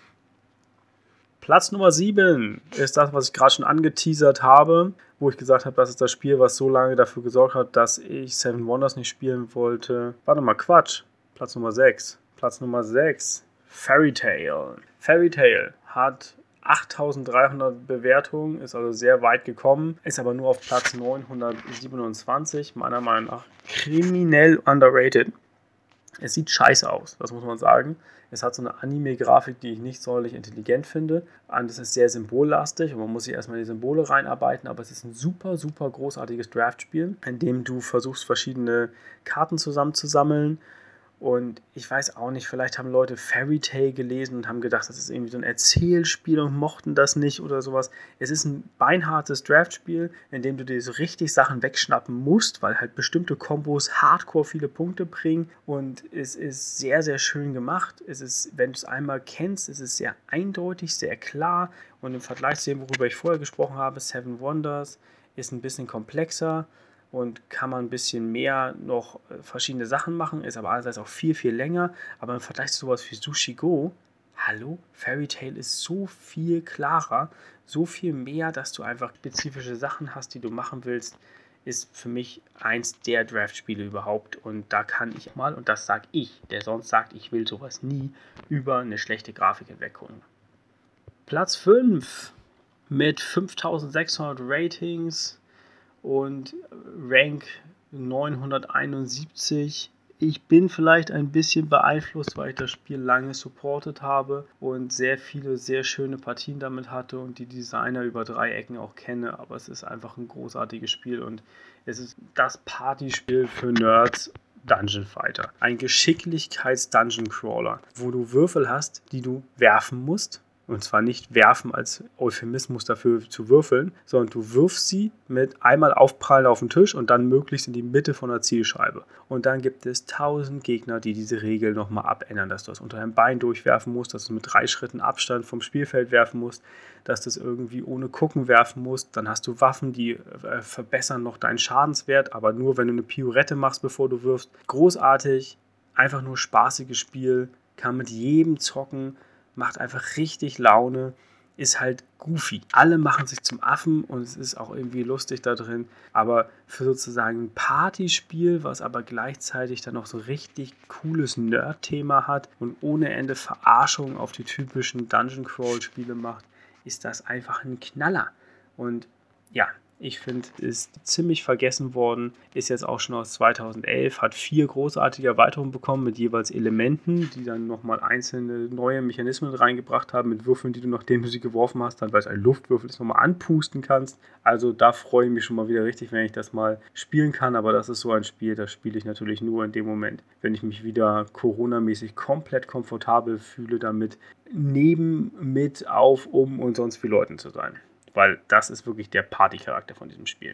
Platz Nummer sieben ist das, was ich gerade schon angeteasert habe, wo ich gesagt habe, das ist das Spiel, was so lange dafür gesorgt hat, dass ich Seven Wonders nicht spielen wollte. Warte mal, Quatsch. Platz Nummer sechs. Platz Nummer sechs. Fairy Tail. Fairy Tail hat achttausenddreihundert Bewertungen, ist also sehr weit gekommen, ist aber nur auf Platz neunhundertsiebenundzwanzig, meiner Meinung nach kriminell underrated. Es sieht scheiße aus, das muss man sagen. Es hat so eine Anime-Grafik, die ich nicht sonderlich intelligent finde. Und es ist sehr symbollastig und man muss sich erstmal in die Symbole reinarbeiten, aber es ist ein super, super großartiges Draftspiel, in dem du versuchst, verschiedene Karten zusammenzusammeln. Und ich weiß auch nicht, vielleicht haben Leute Fairy Tail gelesen und haben gedacht, das ist irgendwie so ein Erzählspiel und mochten das nicht oder sowas. Es ist ein beinhartes Draftspiel, in dem du dir so richtig Sachen wegschnappen musst, weil halt bestimmte Kombos hardcore viele Punkte bringen. Und es ist sehr, sehr schön gemacht. Es ist, wenn du es einmal kennst, es ist sehr eindeutig, sehr klar. Und im Vergleich zu dem, worüber ich vorher gesprochen habe, Seven Wonders, ist ein bisschen komplexer. Und kann man ein bisschen mehr noch verschiedene Sachen machen, ist aber andererseits auch viel, viel länger. Aber im Vergleich zu sowas wie Sushi Go, hallo, Fairy Tail ist so viel klarer, so viel mehr, dass du einfach spezifische Sachen hast, die du machen willst, ist für mich eins der Draft-Spiele überhaupt. Und da kann ich mal, und das sage ich, der sonst sagt, ich will sowas nie, über eine schlechte Grafik hinweggucken. Platz fünf mit fünftausendsechshundert Ratings und Rank neunhunderteinundsiebzig. Ich bin vielleicht ein bisschen beeinflusst, weil ich das Spiel lange supportet habe und sehr viele, sehr schöne Partien damit hatte und die Designer über drei Ecken auch kenne, aber es ist einfach ein großartiges Spiel und es ist das Partyspiel für Nerds. Dungeon Fighter. Ein Geschicklichkeits-Dungeon-Crawler, wo du Würfel hast, die du werfen musst. Und zwar nicht werfen als Euphemismus dafür zu würfeln, sondern du wirfst sie mit einmal aufprallen auf den Tisch und dann möglichst in die Mitte von der Zielscheibe. Und dann gibt es tausend Gegner, die diese Regel nochmal abändern, dass du das unter deinem Bein durchwerfen musst, dass du mit drei Schritten Abstand vom Spielfeld werfen musst, dass du es irgendwie ohne Gucken werfen musst. Dann hast du Waffen, die äh, verbessern noch deinen Schadenswert, aber nur, wenn du eine Pirouette machst, bevor du wirfst. Großartig, einfach nur spaßiges Spiel, kann mit jedem zocken, macht einfach richtig Laune, ist halt goofy. Alle machen sich zum Affen und es ist auch irgendwie lustig da drin, aber für sozusagen ein Partyspiel, was aber gleichzeitig dann noch so richtig cooles Nerd-Thema hat und ohne Ende Verarschung auf die typischen Dungeon-Crawl-Spiele macht, ist das einfach ein Knaller. Und ja, ich finde, ist ziemlich vergessen worden, ist jetzt auch schon aus zweitausendelf, hat vier großartige Erweiterungen bekommen mit jeweils Elementen, die dann nochmal einzelne neue Mechanismen reingebracht haben, mit Würfeln, die du, nachdem du sie geworfen hast, dann, weil es ein Luftwürfel ist, nochmal anpusten kannst. Also da freue ich mich schon mal wieder richtig, wenn ich das mal spielen kann, aber das ist so ein Spiel, das spiele ich natürlich nur in dem Moment, wenn ich mich wieder Corona-mäßig komplett komfortabel fühle, damit neben, mit, auf, um und sonst wie Leuten zu sein. Weil das ist wirklich der Party-Charakter von diesem Spiel.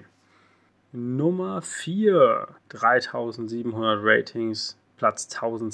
Nummer vier, dreitausendsiebenhundert Ratings, Platz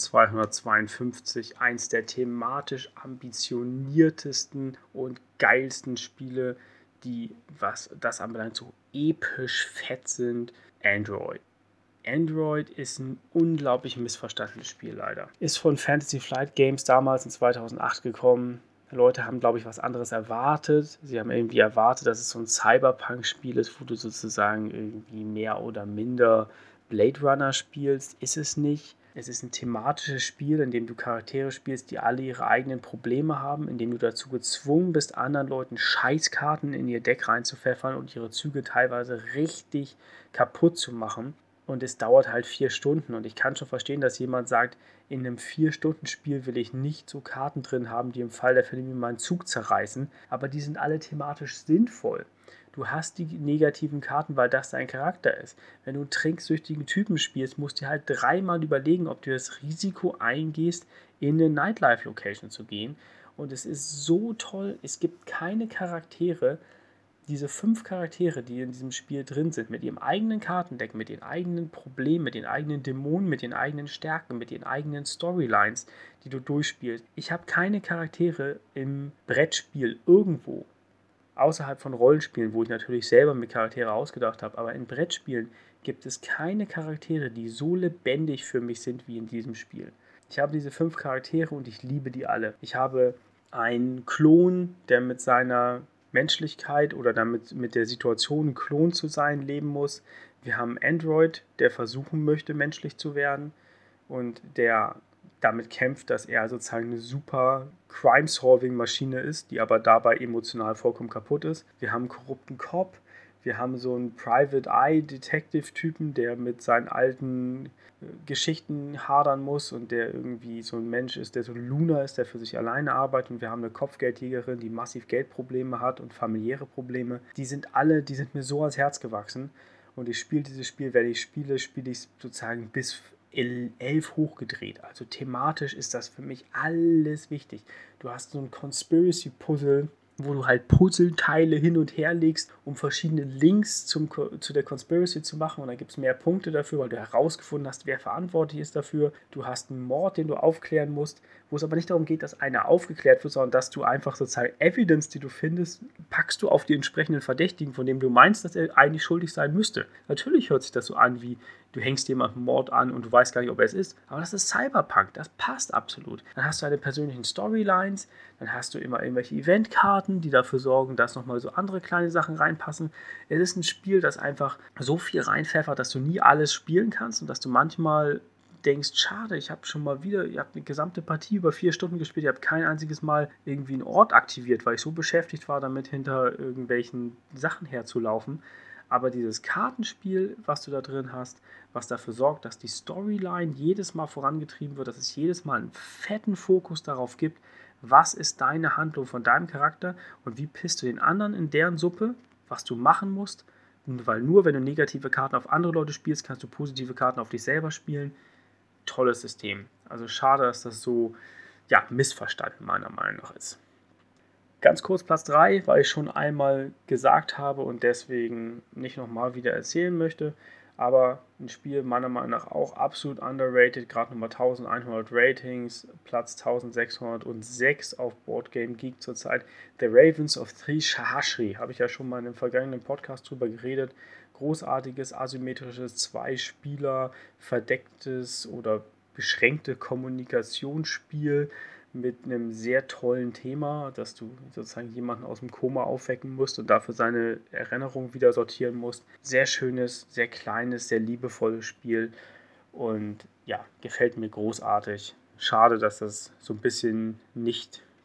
eintausendzweihundertzweiundfünfzig, eins der thematisch ambitioniertesten und geilsten Spiele, die, was das anbelangt, so episch fett sind, Android. Android ist ein unglaublich missverstandenes Spiel leider. Ist von Fantasy Flight Games damals in zweitausendacht gekommen. Leute haben, glaube ich, was anderes erwartet. Sie haben irgendwie erwartet, dass es so ein Cyberpunk-Spiel ist, wo du sozusagen irgendwie mehr oder minder Blade Runner spielst. Ist es nicht. Es ist ein thematisches Spiel, in dem du Charaktere spielst, die alle ihre eigenen Probleme haben, in dem du dazu gezwungen bist, anderen Leuten Scheißkarten in ihr Deck reinzupfeffern und ihre Züge teilweise richtig kaputt zu machen. Und es dauert halt vier Stunden. Und ich kann schon verstehen, dass jemand sagt, in einem vier-Stunden-Spiel will ich nicht so Karten drin haben, die im Fall der Fälle mir meinen Zug zerreißen. Aber die sind alle thematisch sinnvoll. Du hast die negativen Karten, weil das dein Charakter ist. Wenn du einen trinksüchtigen Typen spielst, musst du halt dreimal überlegen, ob du das Risiko eingehst, in eine Nightlife-Location zu gehen. Und es ist so toll, es gibt keine Charaktere, diese fünf Charaktere, die in diesem Spiel drin sind, mit ihrem eigenen Kartendeck, mit den eigenen Problemen, mit den eigenen Dämonen, mit den eigenen Stärken, mit den eigenen Storylines, die du durchspielst. Ich habe keine Charaktere im Brettspiel irgendwo, außerhalb von Rollenspielen, wo ich natürlich selber mir Charaktere ausgedacht habe, aber in Brettspielen gibt es keine Charaktere, die so lebendig für mich sind wie in diesem Spiel. Ich habe diese fünf Charaktere und ich liebe die alle. Ich habe einen Klon, der mit seiner Menschlichkeit oder damit mit der Situation, ein Klon zu sein, leben muss. Wir haben Android, der versuchen möchte, menschlich zu werden und der damit kämpft, dass er sozusagen eine super Crime-Solving-Maschine ist, die aber dabei emotional vollkommen kaputt ist. Wir haben einen korrupten Cop, wir haben so einen Private-Eye-Detective-Typen, der mit seinen alten Geschichten hadern muss und der irgendwie so ein Mensch ist, der so ein Luna ist, der für sich alleine arbeitet, und wir haben eine Kopfgeldjägerin, die massiv Geldprobleme hat und familiäre Probleme. Die sind alle, die sind mir so ans Herz gewachsen und ich spiele dieses Spiel, wenn ich spiele, spiele ich es sozusagen bis elf hochgedreht. Also thematisch ist das für mich alles wichtig. Du hast so ein Conspiracy-Puzzle, wo du halt Puzzleteile hin und her legst, um verschiedene Links zum, zu der Conspiracy zu machen, und dann gibt es mehr Punkte dafür, weil du herausgefunden hast, wer verantwortlich ist dafür. Du hast einen Mord, den du aufklären musst, wo es aber nicht darum geht, dass einer aufgeklärt wird, sondern dass du einfach sozusagen Evidence, die du findest, packst du auf die entsprechenden Verdächtigen, von dem du meinst, dass er eigentlich schuldig sein müsste. Natürlich hört sich das so an, wie du hängst jemandem Mord an und du weißt gar nicht, ob er es ist. Aber das ist Cyberpunk, das passt absolut. Dann hast du deine persönlichen Storylines, dann hast du immer irgendwelche Eventkarten, die dafür sorgen, dass nochmal so andere kleine Sachen reinpassen. Es ist ein Spiel, das einfach so viel reinpfeffert, dass du nie alles spielen kannst und dass du manchmal denkst, schade, ich habe schon mal wieder, ihr habt eine gesamte Partie über vier Stunden gespielt, ihr habt kein einziges Mal irgendwie einen Ort aktiviert, weil ich so beschäftigt war, damit hinter irgendwelchen Sachen herzulaufen. Aber dieses Kartenspiel, was du da drin hast, was dafür sorgt, dass die Storyline jedes Mal vorangetrieben wird, dass es jedes Mal einen fetten Fokus darauf gibt, was ist deine Handlung von deinem Charakter und wie pisst du den anderen in deren Suppe, was du machen musst. Weil nur wenn du negative Karten auf andere Leute spielst, kannst du positive Karten auf dich selber spielen. Tolles System. Also schade, dass das so ja, missverstanden meiner Meinung nach ist. Ganz kurz Platz drei, weil ich schon einmal gesagt habe und deswegen nicht nochmal wieder erzählen möchte. Aber ein Spiel meiner Meinung nach auch absolut underrated, gerade nochmal elfhundert Ratings, Platz eintausendsechshundertsechs auf Boardgame Geek zurzeit. The Ravens of Tree-Shahashri, habe ich ja schon mal in einem vergangenen Podcast drüber geredet. Großartiges, asymmetrisches, Zwei-Spieler, verdecktes oder beschränkte Kommunikationsspiel mit einem sehr tollen Thema, dass du sozusagen jemanden aus dem Koma aufwecken musst und dafür seine Erinnerung wieder sortieren musst. Sehr schönes, sehr kleines, sehr liebevolles Spiel und ja, gefällt mir großartig. Schade, dass das so ein bisschen nicht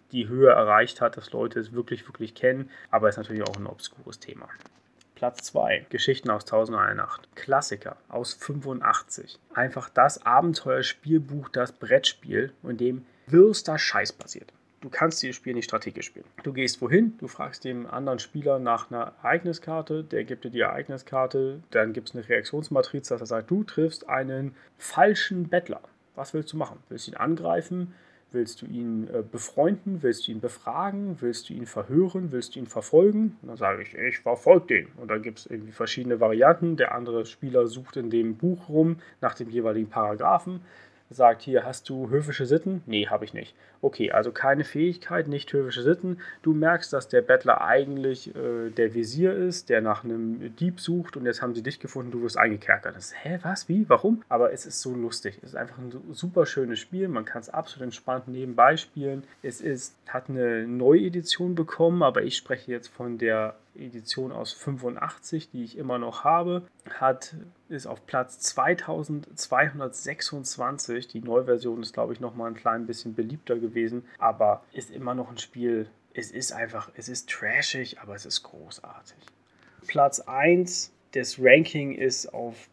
die Höhe erreicht hat, dass Leute es wirklich, wirklich kennen, aber es ist natürlich auch ein obskures Thema. Platz zwei, Geschichten aus Tausend und eine Nacht. Klassiker aus fünfundachtzig. Einfach das Abenteuerspielbuch, das Brettspiel, in dem wirster Scheiß passiert. Du kannst dieses Spiel nicht strategisch spielen. Du gehst wohin, du fragst dem anderen Spieler nach einer Ereigniskarte, der gibt dir die Ereigniskarte, dann gibt es eine Reaktionsmatrize, dass er sagt, du triffst einen falschen Bettler. Was willst du machen? Willst du ihn angreifen? Willst du ihn äh, befreunden? Willst du ihn befragen? Willst du ihn verhören? Willst du ihn verfolgen? Und dann sage ich, ich verfolge den. Und dann gibt es irgendwie verschiedene Varianten. Der andere Spieler sucht in dem Buch rum nach dem jeweiligen Paragraphen. Sagt, hier, hast du höfische Sitten? Nee, habe ich nicht. Okay, also keine Fähigkeit, nicht höfische Sitten. Du merkst, dass der Bettler eigentlich äh, der Visier ist, der nach einem Dieb sucht und jetzt haben sie dich gefunden, du wirst eingekerkert. Das ist, hä, was, wie, warum? Aber es ist so lustig. Es ist einfach ein super schönes Spiel. Man kann es absolut entspannt nebenbei spielen. Es ist, hat eine Neuedition bekommen, aber ich spreche jetzt von der Edition aus fünfundachtzig, die ich immer noch habe, hat, ist auf Platz zweitausendzweihundertsechsundzwanzig. Die Neuversion ist, glaube ich, noch mal ein klein bisschen beliebter gewesen, aber ist immer noch ein Spiel, es ist einfach, es ist trashig, aber es ist großartig. Platz eins des Ranking ist auf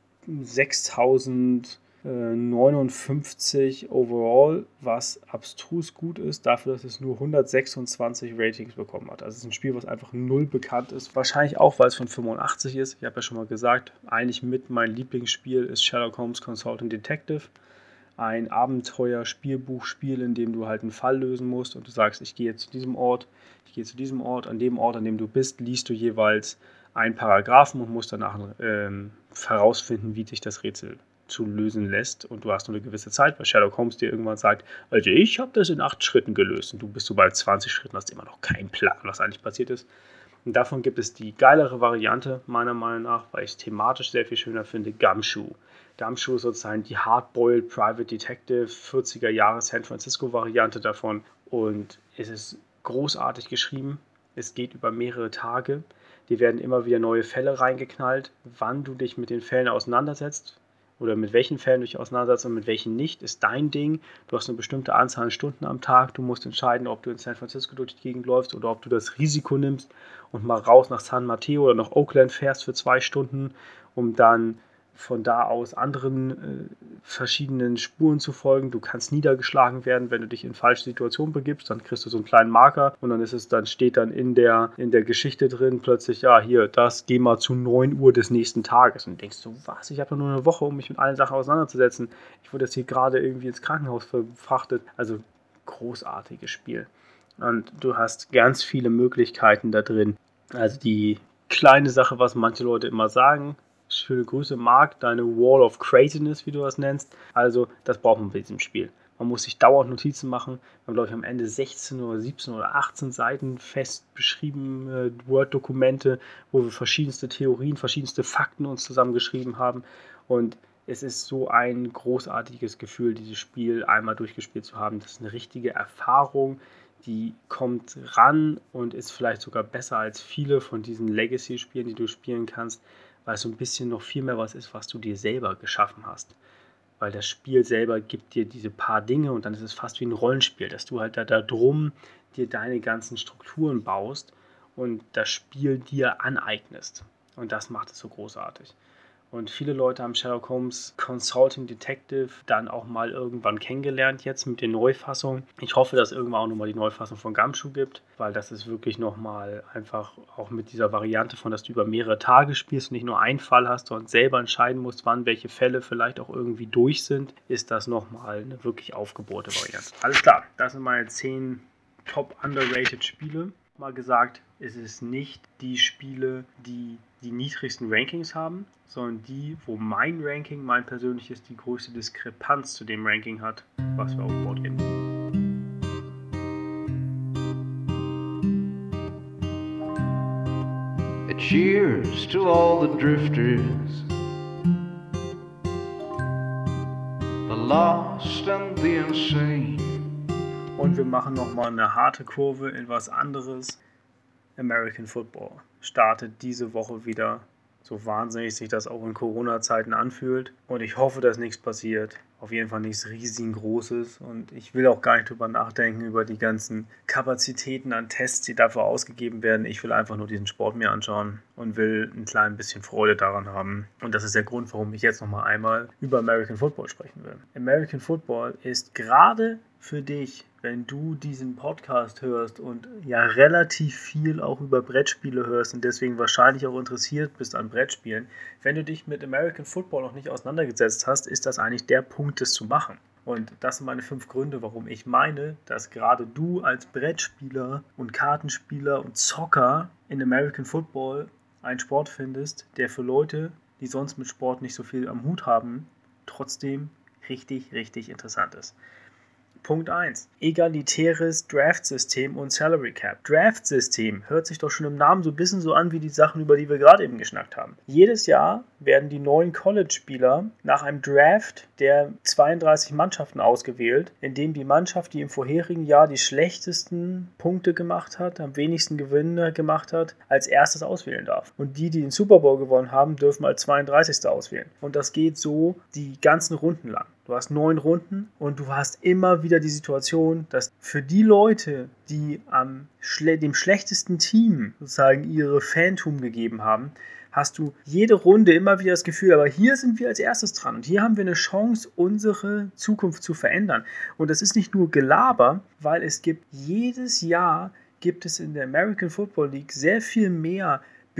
sechstausendneunundfünfzig overall, was abstrus gut ist, dafür, dass es nur hundertsechsundzwanzig Ratings bekommen hat. Also es ist ein Spiel, was einfach null bekannt ist. Wahrscheinlich auch, weil es von fünfundachtzig ist. Ich habe ja schon mal gesagt, eigentlich mit mein Lieblingsspiel ist Sherlock Holmes Consulting Detective. Ein Abenteuer-Spielbuchspiel, in dem du halt einen Fall lösen musst und du sagst, ich gehe jetzt zu diesem Ort, ich gehe zu diesem Ort, an dem Ort, an dem du bist, liest du jeweils einen Paragraphen und musst danach ähm, herausfinden, wie sich das Rätsel zu lösen lässt und du hast nur eine gewisse Zeit, weil Sherlock Holmes dir irgendwann sagt, also ich habe das in acht Schritten gelöst und du bist so bei zwanzig Schritten, hast immer noch keinen Plan, was eigentlich passiert ist. Und davon gibt es die geilere Variante, meiner Meinung nach, weil ich es thematisch sehr viel schöner finde, Gumshoe. Gumshoe ist sozusagen die Hardboiled Private Detective vierziger Jahre San Francisco Variante davon und es ist großartig geschrieben. Es geht über mehrere Tage. Dir werden immer wieder neue Fälle reingeknallt. Wann du dich mit den Fällen auseinandersetzt oder mit welchen Fällen du dich auseinandersetzt und mit welchen nicht, ist dein Ding. Du hast eine bestimmte Anzahl an Stunden am Tag. Du musst entscheiden, ob du in San Francisco durch die Gegend läufst oder ob du das Risiko nimmst und mal raus nach San Mateo oder nach Oakland fährst für zwei Stunden, um dann von da aus anderen äh, verschiedenen Spuren zu folgen. Du kannst niedergeschlagen werden, wenn du dich in falsche Situationen begibst, dann kriegst du so einen kleinen Marker und dann ist es, dann steht dann in der, in der Geschichte drin plötzlich, ja, hier, das, geh mal zu neun Uhr des nächsten Tages. Und du denkst so, was, ich habe doch nur eine Woche, um mich mit allen Sachen auseinanderzusetzen. Ich wurde jetzt hier gerade irgendwie ins Krankenhaus verfrachtet. Also großartiges Spiel. Und du hast ganz viele Möglichkeiten da drin. Also die kleine Sache, was manche Leute immer sagen, schöne Grüße, Marc, deine Wall of Craziness, wie du das nennst. Also, das braucht man bei diesem Spiel. Man muss sich dauernd Notizen machen. Wir haben, glaube ich, am Ende sechzehn oder siebzehn oder achtzehn Seiten fest beschriebene Word-Dokumente, wo wir verschiedenste Theorien, verschiedenste Fakten uns zusammengeschrieben haben. Und es ist so ein großartiges Gefühl, dieses Spiel einmal durchgespielt zu haben. Das ist eine richtige Erfahrung, die kommt ran und ist vielleicht sogar besser als viele von diesen Legacy-Spielen, die du spielen kannst, weil es so ein bisschen noch viel mehr was ist, was du dir selber geschaffen hast. Weil das Spiel selber gibt dir diese paar Dinge und dann ist es fast wie ein Rollenspiel, dass du halt da, da drum dir deine ganzen Strukturen baust und das Spiel dir aneignest. Und das macht es so großartig. Und viele Leute haben Sherlock Holmes Consulting Detective dann auch mal irgendwann kennengelernt jetzt mit den Neufassungen. Ich hoffe, dass es irgendwann auch nochmal die Neufassung von Gumshoe gibt, weil das ist wirklich nochmal einfach auch mit dieser Variante von, dass du über mehrere Tage spielst und nicht nur einen Fall hast und selber entscheiden musst, wann welche Fälle vielleicht auch irgendwie durch sind, ist das nochmal eine wirklich aufgebohrte Variante. Alles klar, das sind meine zehn top underrated Spiele. Mal gesagt, es ist nicht die Spiele, die die niedrigsten Rankings haben, sondern die, wo mein Ranking, mein persönliches, die größte Diskrepanz zu dem Ranking hat, was wir auf dem Board geben. A cheers to all the drifters, the lost and the insane. Und wir machen nochmal eine harte Kurve in was anderes. American Football startet diese Woche wieder, so wahnsinnig sich das auch in Corona-Zeiten anfühlt. Und ich hoffe, dass nichts passiert. auf jeden Fall nichts riesengroßes und ich will auch gar nicht drüber nachdenken, über die ganzen Kapazitäten an Tests, die dafür ausgegeben werden. Ich will einfach nur diesen Sport mir anschauen und will ein klein bisschen Freude daran haben. Und das ist der Grund, warum ich jetzt nochmal einmal über American Football sprechen will. American Football ist gerade für dich, wenn du diesen Podcast hörst und ja relativ viel auch über Brettspiele hörst und deswegen wahrscheinlich auch interessiert bist an Brettspielen, wenn du dich mit American Football noch nicht auseinandergesetzt hast, ist das eigentlich der Punkt, das zu machen. Und das sind meine fünf Gründe, warum ich meine, dass gerade du als Brettspieler und Kartenspieler und Zocker in American Football einen Sport findest, der für Leute, die sonst mit Sport nicht so viel am Hut haben, trotzdem richtig, richtig interessant ist. Punkt eins. Egalitäres Draft-System und Salary Cap. Draft-System hört sich doch schon im Namen so ein bisschen so an wie die Sachen, über die wir gerade eben geschnackt haben. Jedes Jahr werden die neuen College-Spieler nach einem Draft der zweiunddreißig Mannschaften ausgewählt, in dem die Mannschaft, die im vorherigen Jahr die schlechtesten Punkte gemacht hat, am wenigsten Gewinne gemacht hat, als erstes auswählen darf. Und die, die den Super Bowl gewonnen haben, dürfen als zweiunddreißigste auswählen. Und das geht so die ganzen Runden lang. Du hast neun Runden und du hast immer wieder die Situation, dass für die Leute, die am schle- dem schlechtesten Team sozusagen ihre Phantom gegeben haben, hast du jede Runde immer wieder das Gefühl, aber hier sind wir als erstes dran und hier haben wir eine Chance, unsere Zukunft zu verändern. Und das ist nicht nur Gelaber, weil es gibt jedes Jahr, gibt es in der American Football League sehr viel mehr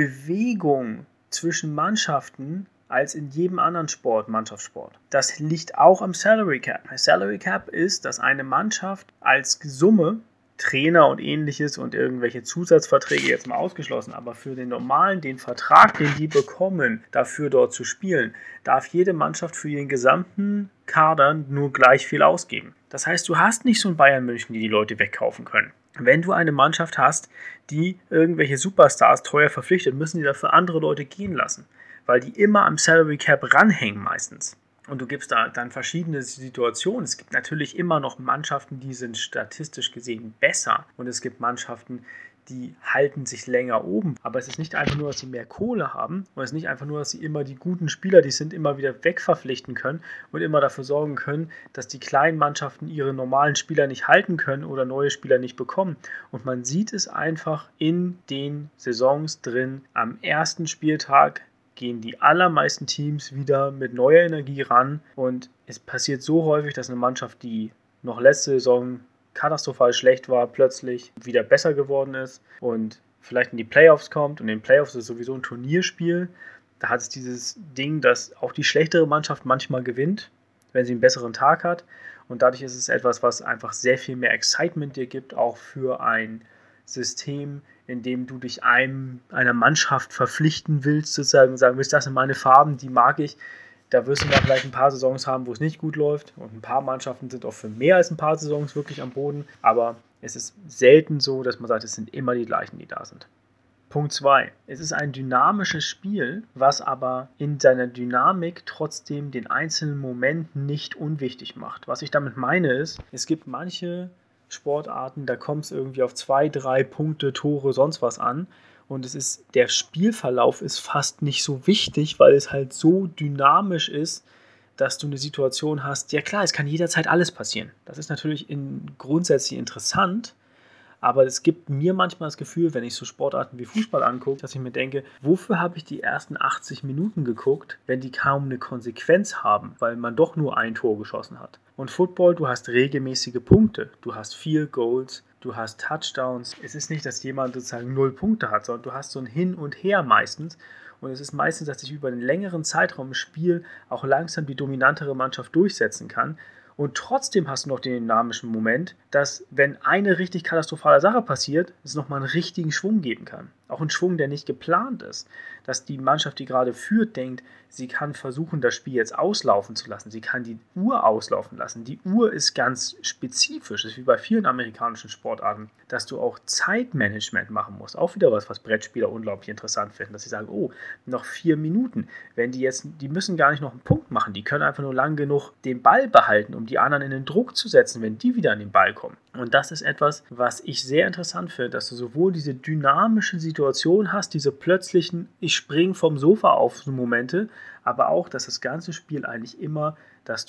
Bewegung zwischen Mannschaften, als in jedem anderen Sport, Mannschaftssport. Das liegt auch am Salary Cap. Der Salary Cap ist, dass eine Mannschaft als Summe, Trainer und ähnliches und irgendwelche Zusatzverträge jetzt mal ausgeschlossen, aber für den normalen, den Vertrag, den die bekommen, dafür dort zu spielen, darf jede Mannschaft für ihren gesamten Kader nur gleich viel ausgeben. Das heißt, du hast nicht so ein Bayern München, die die Leute wegkaufen können. Wenn du eine Mannschaft hast, die irgendwelche Superstars teuer verpflichtet, müssen die dafür andere Leute gehen lassen, weil die immer am Salary Cap ranhängen meistens. Und du gibst da dann verschiedene Situationen. Es gibt natürlich immer noch Mannschaften, die sind statistisch gesehen besser. Und es gibt Mannschaften, die halten sich länger oben. Aber es ist nicht einfach nur, dass sie mehr Kohle haben. Und es ist nicht einfach nur, dass sie immer die guten Spieler, die sind, immer wieder wegverpflichten können und immer dafür sorgen können, dass die kleinen Mannschaften ihre normalen Spieler nicht halten können oder neue Spieler nicht bekommen. Und man sieht es einfach in den Saisons drin. Am ersten Spieltag gehen die allermeisten Teams wieder mit neuer Energie ran und es passiert so häufig, dass eine Mannschaft, die noch letzte Saison katastrophal schlecht war, plötzlich wieder besser geworden ist und vielleicht in die Playoffs kommt und in den Playoffs ist sowieso ein Turnierspiel. Da hat es dieses Ding, dass auch die schlechtere Mannschaft manchmal gewinnt, wenn sie einen besseren Tag hat und dadurch ist es etwas, was einfach sehr viel mehr Excitement dir gibt, auch für ein System, in dem du dich einem, einer Mannschaft verpflichten willst, sozusagen sagen willst, das sind meine Farben, die mag ich. Da wirst du dann vielleicht ein paar Saisons haben, wo es nicht gut läuft und ein paar Mannschaften sind auch für mehr als ein paar Saisons wirklich am Boden, aber es ist selten so, dass man sagt, es sind immer die gleichen, die da sind. Punkt zwei. Es ist ein dynamisches Spiel, was aber in seiner Dynamik trotzdem den einzelnen Moment nicht unwichtig macht. Was ich damit meine ist, es gibt manche Sportarten, da kommt es irgendwie auf zwei, drei Punkte, Tore, sonst was an. Und es ist, der Spielverlauf ist fast nicht so wichtig, weil es halt so dynamisch ist, dass du eine Situation hast, ja klar, es kann jederzeit alles passieren. Das ist natürlich in, grundsätzlich interessant, aber es gibt mir manchmal das Gefühl, wenn ich so Sportarten wie Fußball angucke, dass ich mir denke, wofür habe ich die ersten achtzig Minuten geguckt, wenn die kaum eine Konsequenz haben, weil man doch nur ein Tor geschossen hat. Und Football, du hast regelmäßige Punkte, du hast vier Goals, du hast Touchdowns. Es ist nicht, dass jemand sozusagen null Punkte hat, sondern du hast so ein Hin und Her meistens. Und es ist meistens, dass sich über einen längeren Zeitraum im Spiel auch langsam die dominantere Mannschaft durchsetzen kann. Und trotzdem hast du noch den dynamischen Moment, dass, wenn eine richtig katastrophale Sache passiert, es nochmal einen richtigen Schwung geben kann. Auch einen Schwung, der nicht geplant ist. Dass die Mannschaft, die gerade führt, denkt, sie kann versuchen, das Spiel jetzt auslaufen zu lassen. Sie kann die Uhr auslaufen lassen. Die Uhr ist ganz spezifisch. Das ist wie bei vielen amerikanischen Sportarten, dass du auch Zeitmanagement machen musst. Auch wieder was, was Brettspieler unglaublich interessant finden. Dass sie sagen, oh, noch vier Minuten. Wenn die jetzt, die müssen gar nicht noch einen Punkt machen. Die können einfach nur lang genug den Ball behalten, um die anderen in den Druck zu setzen, wenn die wieder an den Ball kommen. Und das ist etwas, was ich sehr interessant finde, dass du sowohl diese dynamische Situation hast, diese plötzlichen, ich springe vom Sofa auf Momente, aber auch, dass das ganze Spiel eigentlich immer, dass du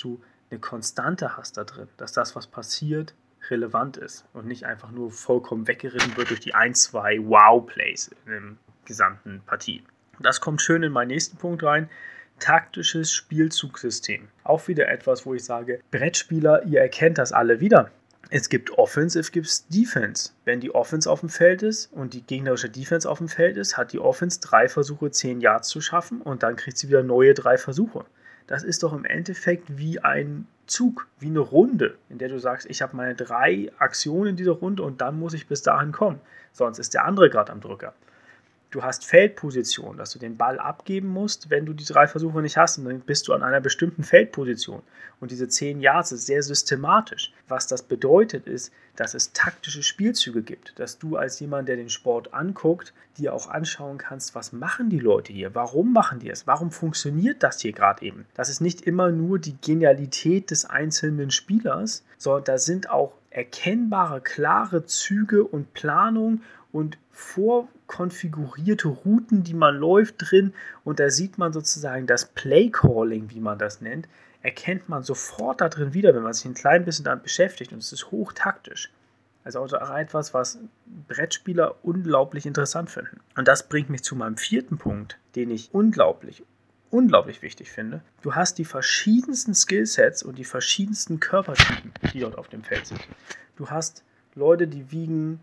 eine Konstante hast da drin, dass das, was passiert, relevant ist und nicht einfach nur vollkommen weggeritten wird durch die ein, zwei Wow-Plays in der gesamten Partie. Das kommt schön in meinen nächsten Punkt rein. Taktisches Spielzugsystem. Auch wieder etwas, wo ich sage, Brettspieler, ihr erkennt das alle wieder. Es gibt Offense, es gibt Defense. Wenn die Offense auf dem Feld ist und die gegnerische Defense auf dem Feld ist, hat die Offense drei Versuche, zehn Yards zu schaffen und dann kriegt sie wieder neue drei Versuche. Das ist doch im Endeffekt wie ein Zug, wie eine Runde, in der du sagst, ich habe meine drei Aktionen in dieser Runde und dann muss ich bis dahin kommen. Sonst ist der andere gerade am Drücker. Du hast Feldposition, dass du den Ball abgeben musst, wenn du die drei Versuche nicht hast, und dann bist du an einer bestimmten Feldposition. Und diese zehn Yards ist sehr systematisch. Was das bedeutet ist, dass es taktische Spielzüge gibt, dass du als jemand, der den Sport anguckt, dir auch anschauen kannst, was machen die Leute hier, warum machen die es, warum funktioniert das hier gerade eben. Das ist nicht immer nur die Genialität des einzelnen Spielers, sondern da sind auch erkennbare, klare Züge und Planung und vorkonfigurierte Routen, die man läuft drin, und da sieht man sozusagen das Play-Calling, wie man das nennt, erkennt man sofort da drin wieder, wenn man sich ein klein bisschen damit beschäftigt, und es ist hochtaktisch. Also auch etwas, was Brettspieler unglaublich interessant finden. Und das bringt mich zu meinem vierten Punkt, den ich unglaublich, unglaublich wichtig finde. Du hast die verschiedensten Skillsets und die verschiedensten Körpertypen, die dort auf dem Feld sind. Du hast Leute, die wiegen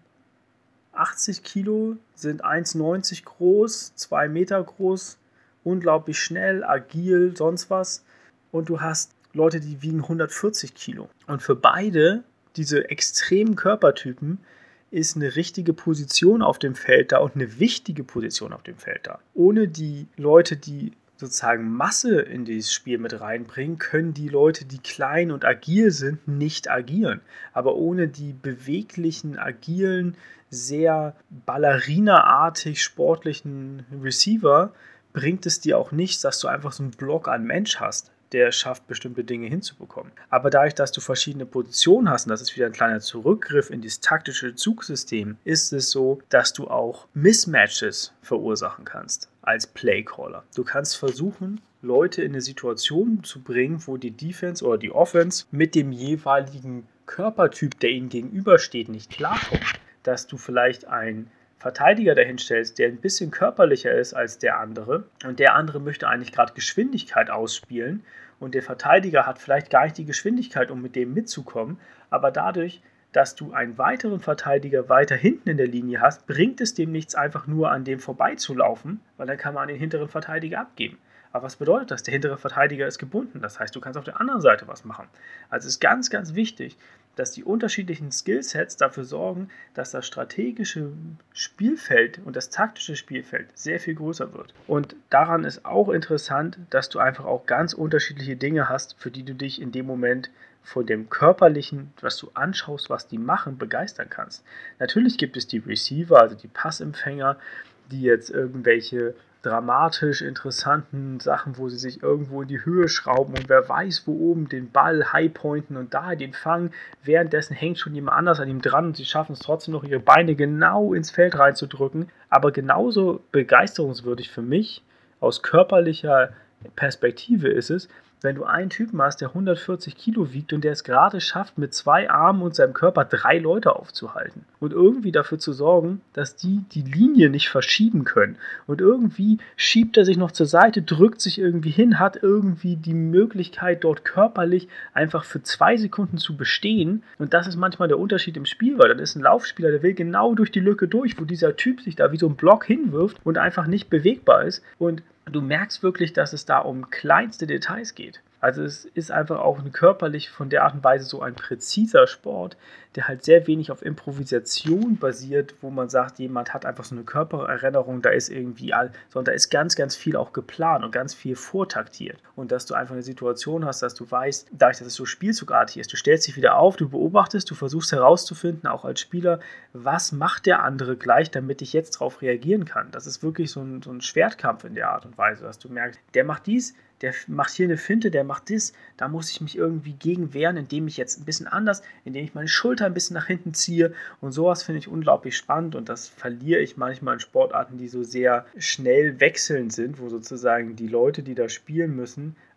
achtzig Kilo, sind eins neunzig groß, zwei Meter groß, unglaublich schnell, agil, sonst was. Und du hast Leute, die wiegen hundertvierzig Kilo. Und für beide, diese extremen Körpertypen, ist eine richtige Position auf dem Feld da und eine wichtige Position auf dem Feld da. Ohne die Leute, die sozusagen Masse in dieses Spiel mit reinbringen, können die Leute, die klein und agil sind, nicht agieren. Aber ohne die beweglichen, agilen, sehr ballerinaartig sportlichen Receiver bringt es dir auch nichts, dass du einfach so einen Block an Mensch hast, der es schafft, bestimmte Dinge hinzubekommen. Aber dadurch, dass du verschiedene Positionen hast, und das ist wieder ein kleiner Zurückgriff in dieses taktische Zugsystem, ist es so, dass du auch Mismatches verursachen kannst als Playcaller. Du kannst versuchen, Leute in eine Situation zu bringen, wo die Defense oder die Offense mit dem jeweiligen Körpertyp, der ihnen gegenübersteht, nicht klarkommt. Dass du vielleicht einen Verteidiger dahinstellst, der ein bisschen körperlicher ist als der andere, und der andere möchte eigentlich gerade Geschwindigkeit ausspielen und der Verteidiger hat vielleicht gar nicht die Geschwindigkeit, um mit dem mitzukommen, aber dadurch, dass du einen weiteren Verteidiger weiter hinten in der Linie hast, bringt es dem nichts, einfach nur an dem vorbeizulaufen, weil dann kann man an den hinteren Verteidiger abgeben. Aber was bedeutet das? Der hintere Verteidiger ist gebunden, das heißt, du kannst auf der anderen Seite was machen. Also es ist ganz, ganz wichtig, dass die unterschiedlichen Skillsets dafür sorgen, dass das strategische Spielfeld und das taktische Spielfeld sehr viel größer wird. Und daran ist auch interessant, dass du einfach auch ganz unterschiedliche Dinge hast, für die du dich in dem Moment von dem Körperlichen, was du anschaust, was die machen, begeistern kannst. Natürlich gibt es die Receiver, also die Passempfänger, die jetzt irgendwelche dramatisch interessanten Sachen, wo sie sich irgendwo in die Höhe schrauben und wer weiß, wo oben den Ball highpointen und da den fangen. Währenddessen hängt schon jemand anders an ihm dran und sie schaffen es trotzdem noch, ihre Beine genau ins Feld reinzudrücken. Aber genauso begeisterungswürdig für mich aus körperlicher Perspektive ist es, wenn du einen Typen hast, der hundertvierzig Kilo wiegt und der es gerade schafft, mit zwei Armen und seinem Körper drei Leute aufzuhalten und irgendwie dafür zu sorgen, dass die die Linie nicht verschieben können. Und irgendwie schiebt er sich noch zur Seite, drückt sich irgendwie hin, hat irgendwie die Möglichkeit, dort körperlich einfach für zwei Sekunden zu bestehen. Und das ist manchmal der Unterschied im Spiel, weil dann ist ein Laufspieler, der will genau durch die Lücke durch, wo dieser Typ sich da wie so ein Block hinwirft und einfach nicht bewegbar ist. Und du merkst wirklich, dass es da um kleinste Details geht. Also es ist einfach auch körperlich von der Art und Weise so ein präziser Sport, der halt sehr wenig auf Improvisation basiert, wo man sagt, jemand hat einfach so eine Körpererinnerung, da ist irgendwie all, sondern da ist ganz, ganz viel auch geplant und ganz viel vortaktiert. Und dass du einfach eine Situation hast, dass du weißt, dadurch, dass es so spielzugartig ist, du stellst dich wieder auf, du beobachtest, du versuchst herauszufinden, auch als Spieler, was macht der andere gleich, damit ich jetzt darauf reagieren kann. Das ist wirklich so ein, so ein Schwertkampf in der Art und Weise, dass du merkst, der macht dies, der macht hier eine Finte, der macht das, da muss ich mich irgendwie gegen wehren, indem ich jetzt ein bisschen anders, indem ich meine Schulter ein bisschen nach hinten ziehe, und sowas finde ich unglaublich spannend, und das verliere ich manchmal in Sportarten, die so sehr schnell wechselnd sind, wo sozusagen die Leute, die da spielen müssen,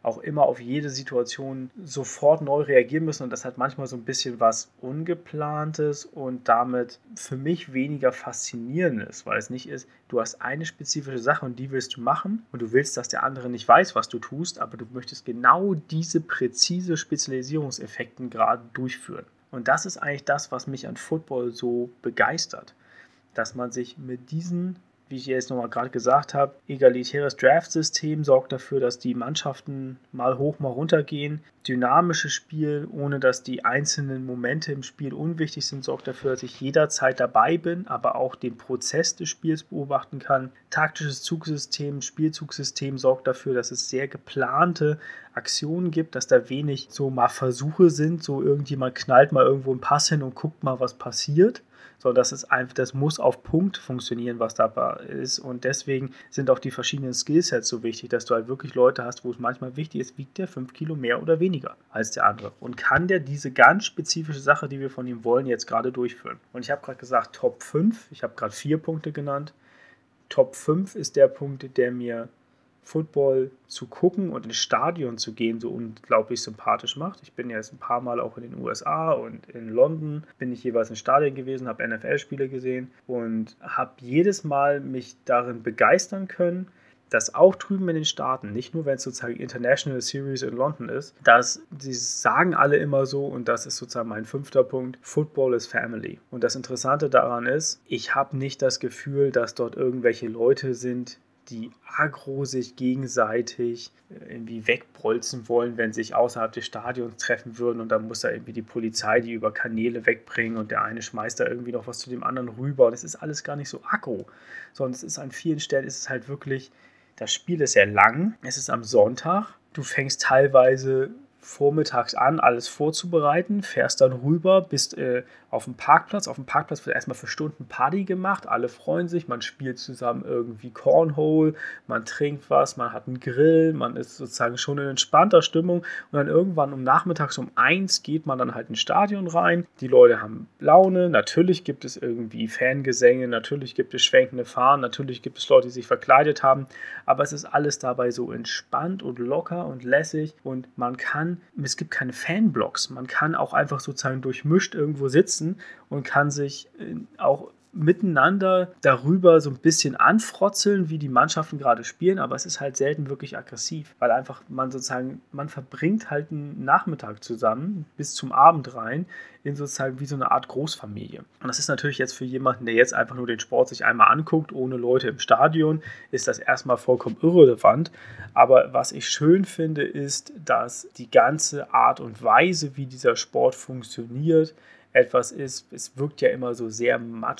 auch immer auf jede Situation sofort neu reagieren müssen und das hat manchmal so ein bisschen was Ungeplantes und damit für mich weniger Faszinierendes, weil es nicht ist, du hast eine spezifische Sache und die willst du machen und du willst, dass der andere nicht weiß, was du tust, aber du möchtest genau diese präzise Spezialisierungseffekten gerade durchführen. Und das ist eigentlich das, was mich an Football so begeistert, dass man sich mit diesen, wie ich jetzt nochmal gerade gesagt habe, egalitäres Draft-System sorgt dafür, dass die Mannschaften mal hoch, mal runter gehen. Dynamisches Spiel, ohne dass die einzelnen Momente im Spiel unwichtig sind, sorgt dafür, dass ich jederzeit dabei bin, aber auch den Prozess des Spiels beobachten kann. Taktisches Zugsystem, Spielzugsystem sorgt dafür, dass es sehr geplante Aktionen gibt, dass da wenig so mal Versuche sind, so irgendjemand knallt mal irgendwo einen Pass hin und guckt mal, was passiert. Sondern das ist einfach, das muss auf Punkt funktionieren, was da ist. Und deswegen sind auch die verschiedenen Skillsets so wichtig, dass du halt wirklich Leute hast, wo es manchmal wichtig ist, wiegt der fünf Kilo mehr oder weniger als der andere. Und kann der diese ganz spezifische Sache, die wir von ihm wollen, jetzt gerade durchführen. Und ich habe gerade gesagt Top fünf, ich habe gerade vier Punkte genannt. Top fünf ist der Punkt, der mir Football zu gucken und ins Stadion zu gehen so unglaublich sympathisch macht. Ich bin ja jetzt ein paar Mal auch in den U S A und in London bin ich jeweils in Stadien gewesen, habe N F L-Spiele gesehen und habe jedes Mal mich darin begeistern können, dass auch drüben in den Staaten, nicht nur wenn es sozusagen International Series in London ist, dass sie sagen alle immer so und das ist sozusagen mein fünfter Punkt, Football is Family. Und das Interessante daran ist, ich habe nicht das Gefühl, dass dort irgendwelche Leute sind, die aggro sich gegenseitig irgendwie wegbolzen wollen, wenn sie sich außerhalb des Stadions treffen würden und dann muss da irgendwie die Polizei die über Kanäle wegbringen und der eine schmeißt da irgendwie noch was zu dem anderen rüber und es ist alles gar nicht so aggro, sondern es ist an vielen Stellen ist es halt wirklich, das Spiel ist sehr lang, es ist am Sonntag, du fängst teilweise vormittags an, alles vorzubereiten, fährst dann rüber, bist äh, auf dem Parkplatz. Auf dem Parkplatz wird erstmal für Stunden Party gemacht, alle freuen sich, man spielt zusammen irgendwie Cornhole, man trinkt was, man hat einen Grill, man ist sozusagen schon in entspannter Stimmung und dann irgendwann um nachmittags um eins geht man dann halt ins Stadion rein, die Leute haben Laune, natürlich gibt es irgendwie Fangesänge, natürlich gibt es schwenkende Fahnen, natürlich gibt es Leute, die sich verkleidet haben, aber es ist alles dabei so entspannt und locker und lässig und man kann es gibt keine Fanblocks. Man kann auch einfach sozusagen durchmischt irgendwo sitzen und kann sich auch miteinander darüber so ein bisschen anfrotzeln, wie die Mannschaften gerade spielen, aber es ist halt selten wirklich aggressiv, weil einfach man sozusagen, man verbringt halt einen Nachmittag zusammen bis zum Abend rein in sozusagen wie so eine Art Großfamilie. Und das ist natürlich jetzt für jemanden, der jetzt einfach nur den Sport sich einmal anguckt, ohne Leute im Stadion, ist das erstmal vollkommen irrelevant. Aber was ich schön finde, ist, dass die ganze Art und Weise, wie dieser Sport funktioniert, etwas ist, es wirkt ja immer so sehr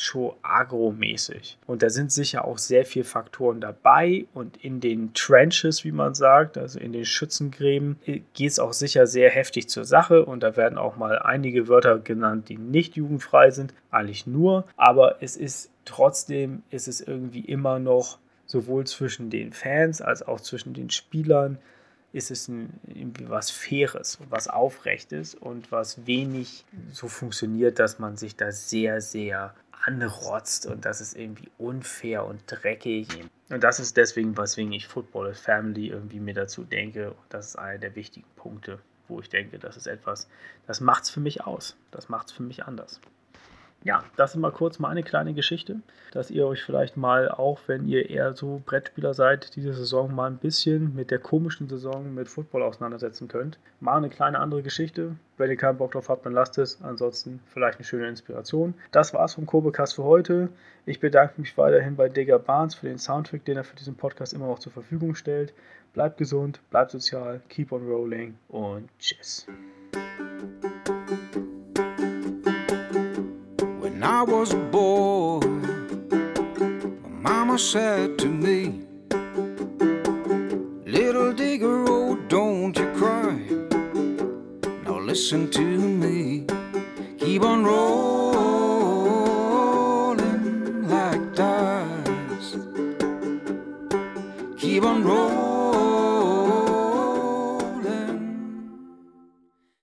macho-agro-mäßig. Und da sind sicher auch sehr viele Faktoren dabei und in den Trenches, wie man sagt, also in den Schützengräben, geht es auch sicher sehr heftig zur Sache und da werden auch mal einige Wörter genannt, die nicht jugendfrei sind, eigentlich nur, aber es ist trotzdem, ist es irgendwie immer noch sowohl zwischen den Fans als auch zwischen den Spielern ist es ein, irgendwie was Faires, was Aufrechtes und was wenig so funktioniert, dass man sich da sehr, sehr anrotzt und das ist irgendwie unfair und dreckig. Und das ist deswegen, weswegen ich Football as Family irgendwie mir dazu denke. Und das ist einer der wichtigen Punkte, wo ich denke, das ist etwas, das macht es für mich aus. Das macht es für mich anders. Ja, das ist mal kurz meine kleine Geschichte, dass ihr euch vielleicht mal, auch wenn ihr eher so Brettspieler seid, diese Saison mal ein bisschen mit der komischen Saison mit Football auseinandersetzen könnt. Mal eine kleine andere Geschichte. Wenn ihr keinen Bock drauf habt, dann lasst es. Ansonsten vielleicht eine schöne Inspiration. Das war's vom Kobecast für heute. Ich bedanke mich weiterhin bei Digger Barnes für den Soundtrack, den er für diesen Podcast immer noch zur Verfügung stellt. Bleibt gesund, bleibt sozial, keep on rolling und tschüss. When I was a boy, my mama said to me, little digger, oh, don't you cry. Now listen to me, keep on rolling like dice. Keep on rolling.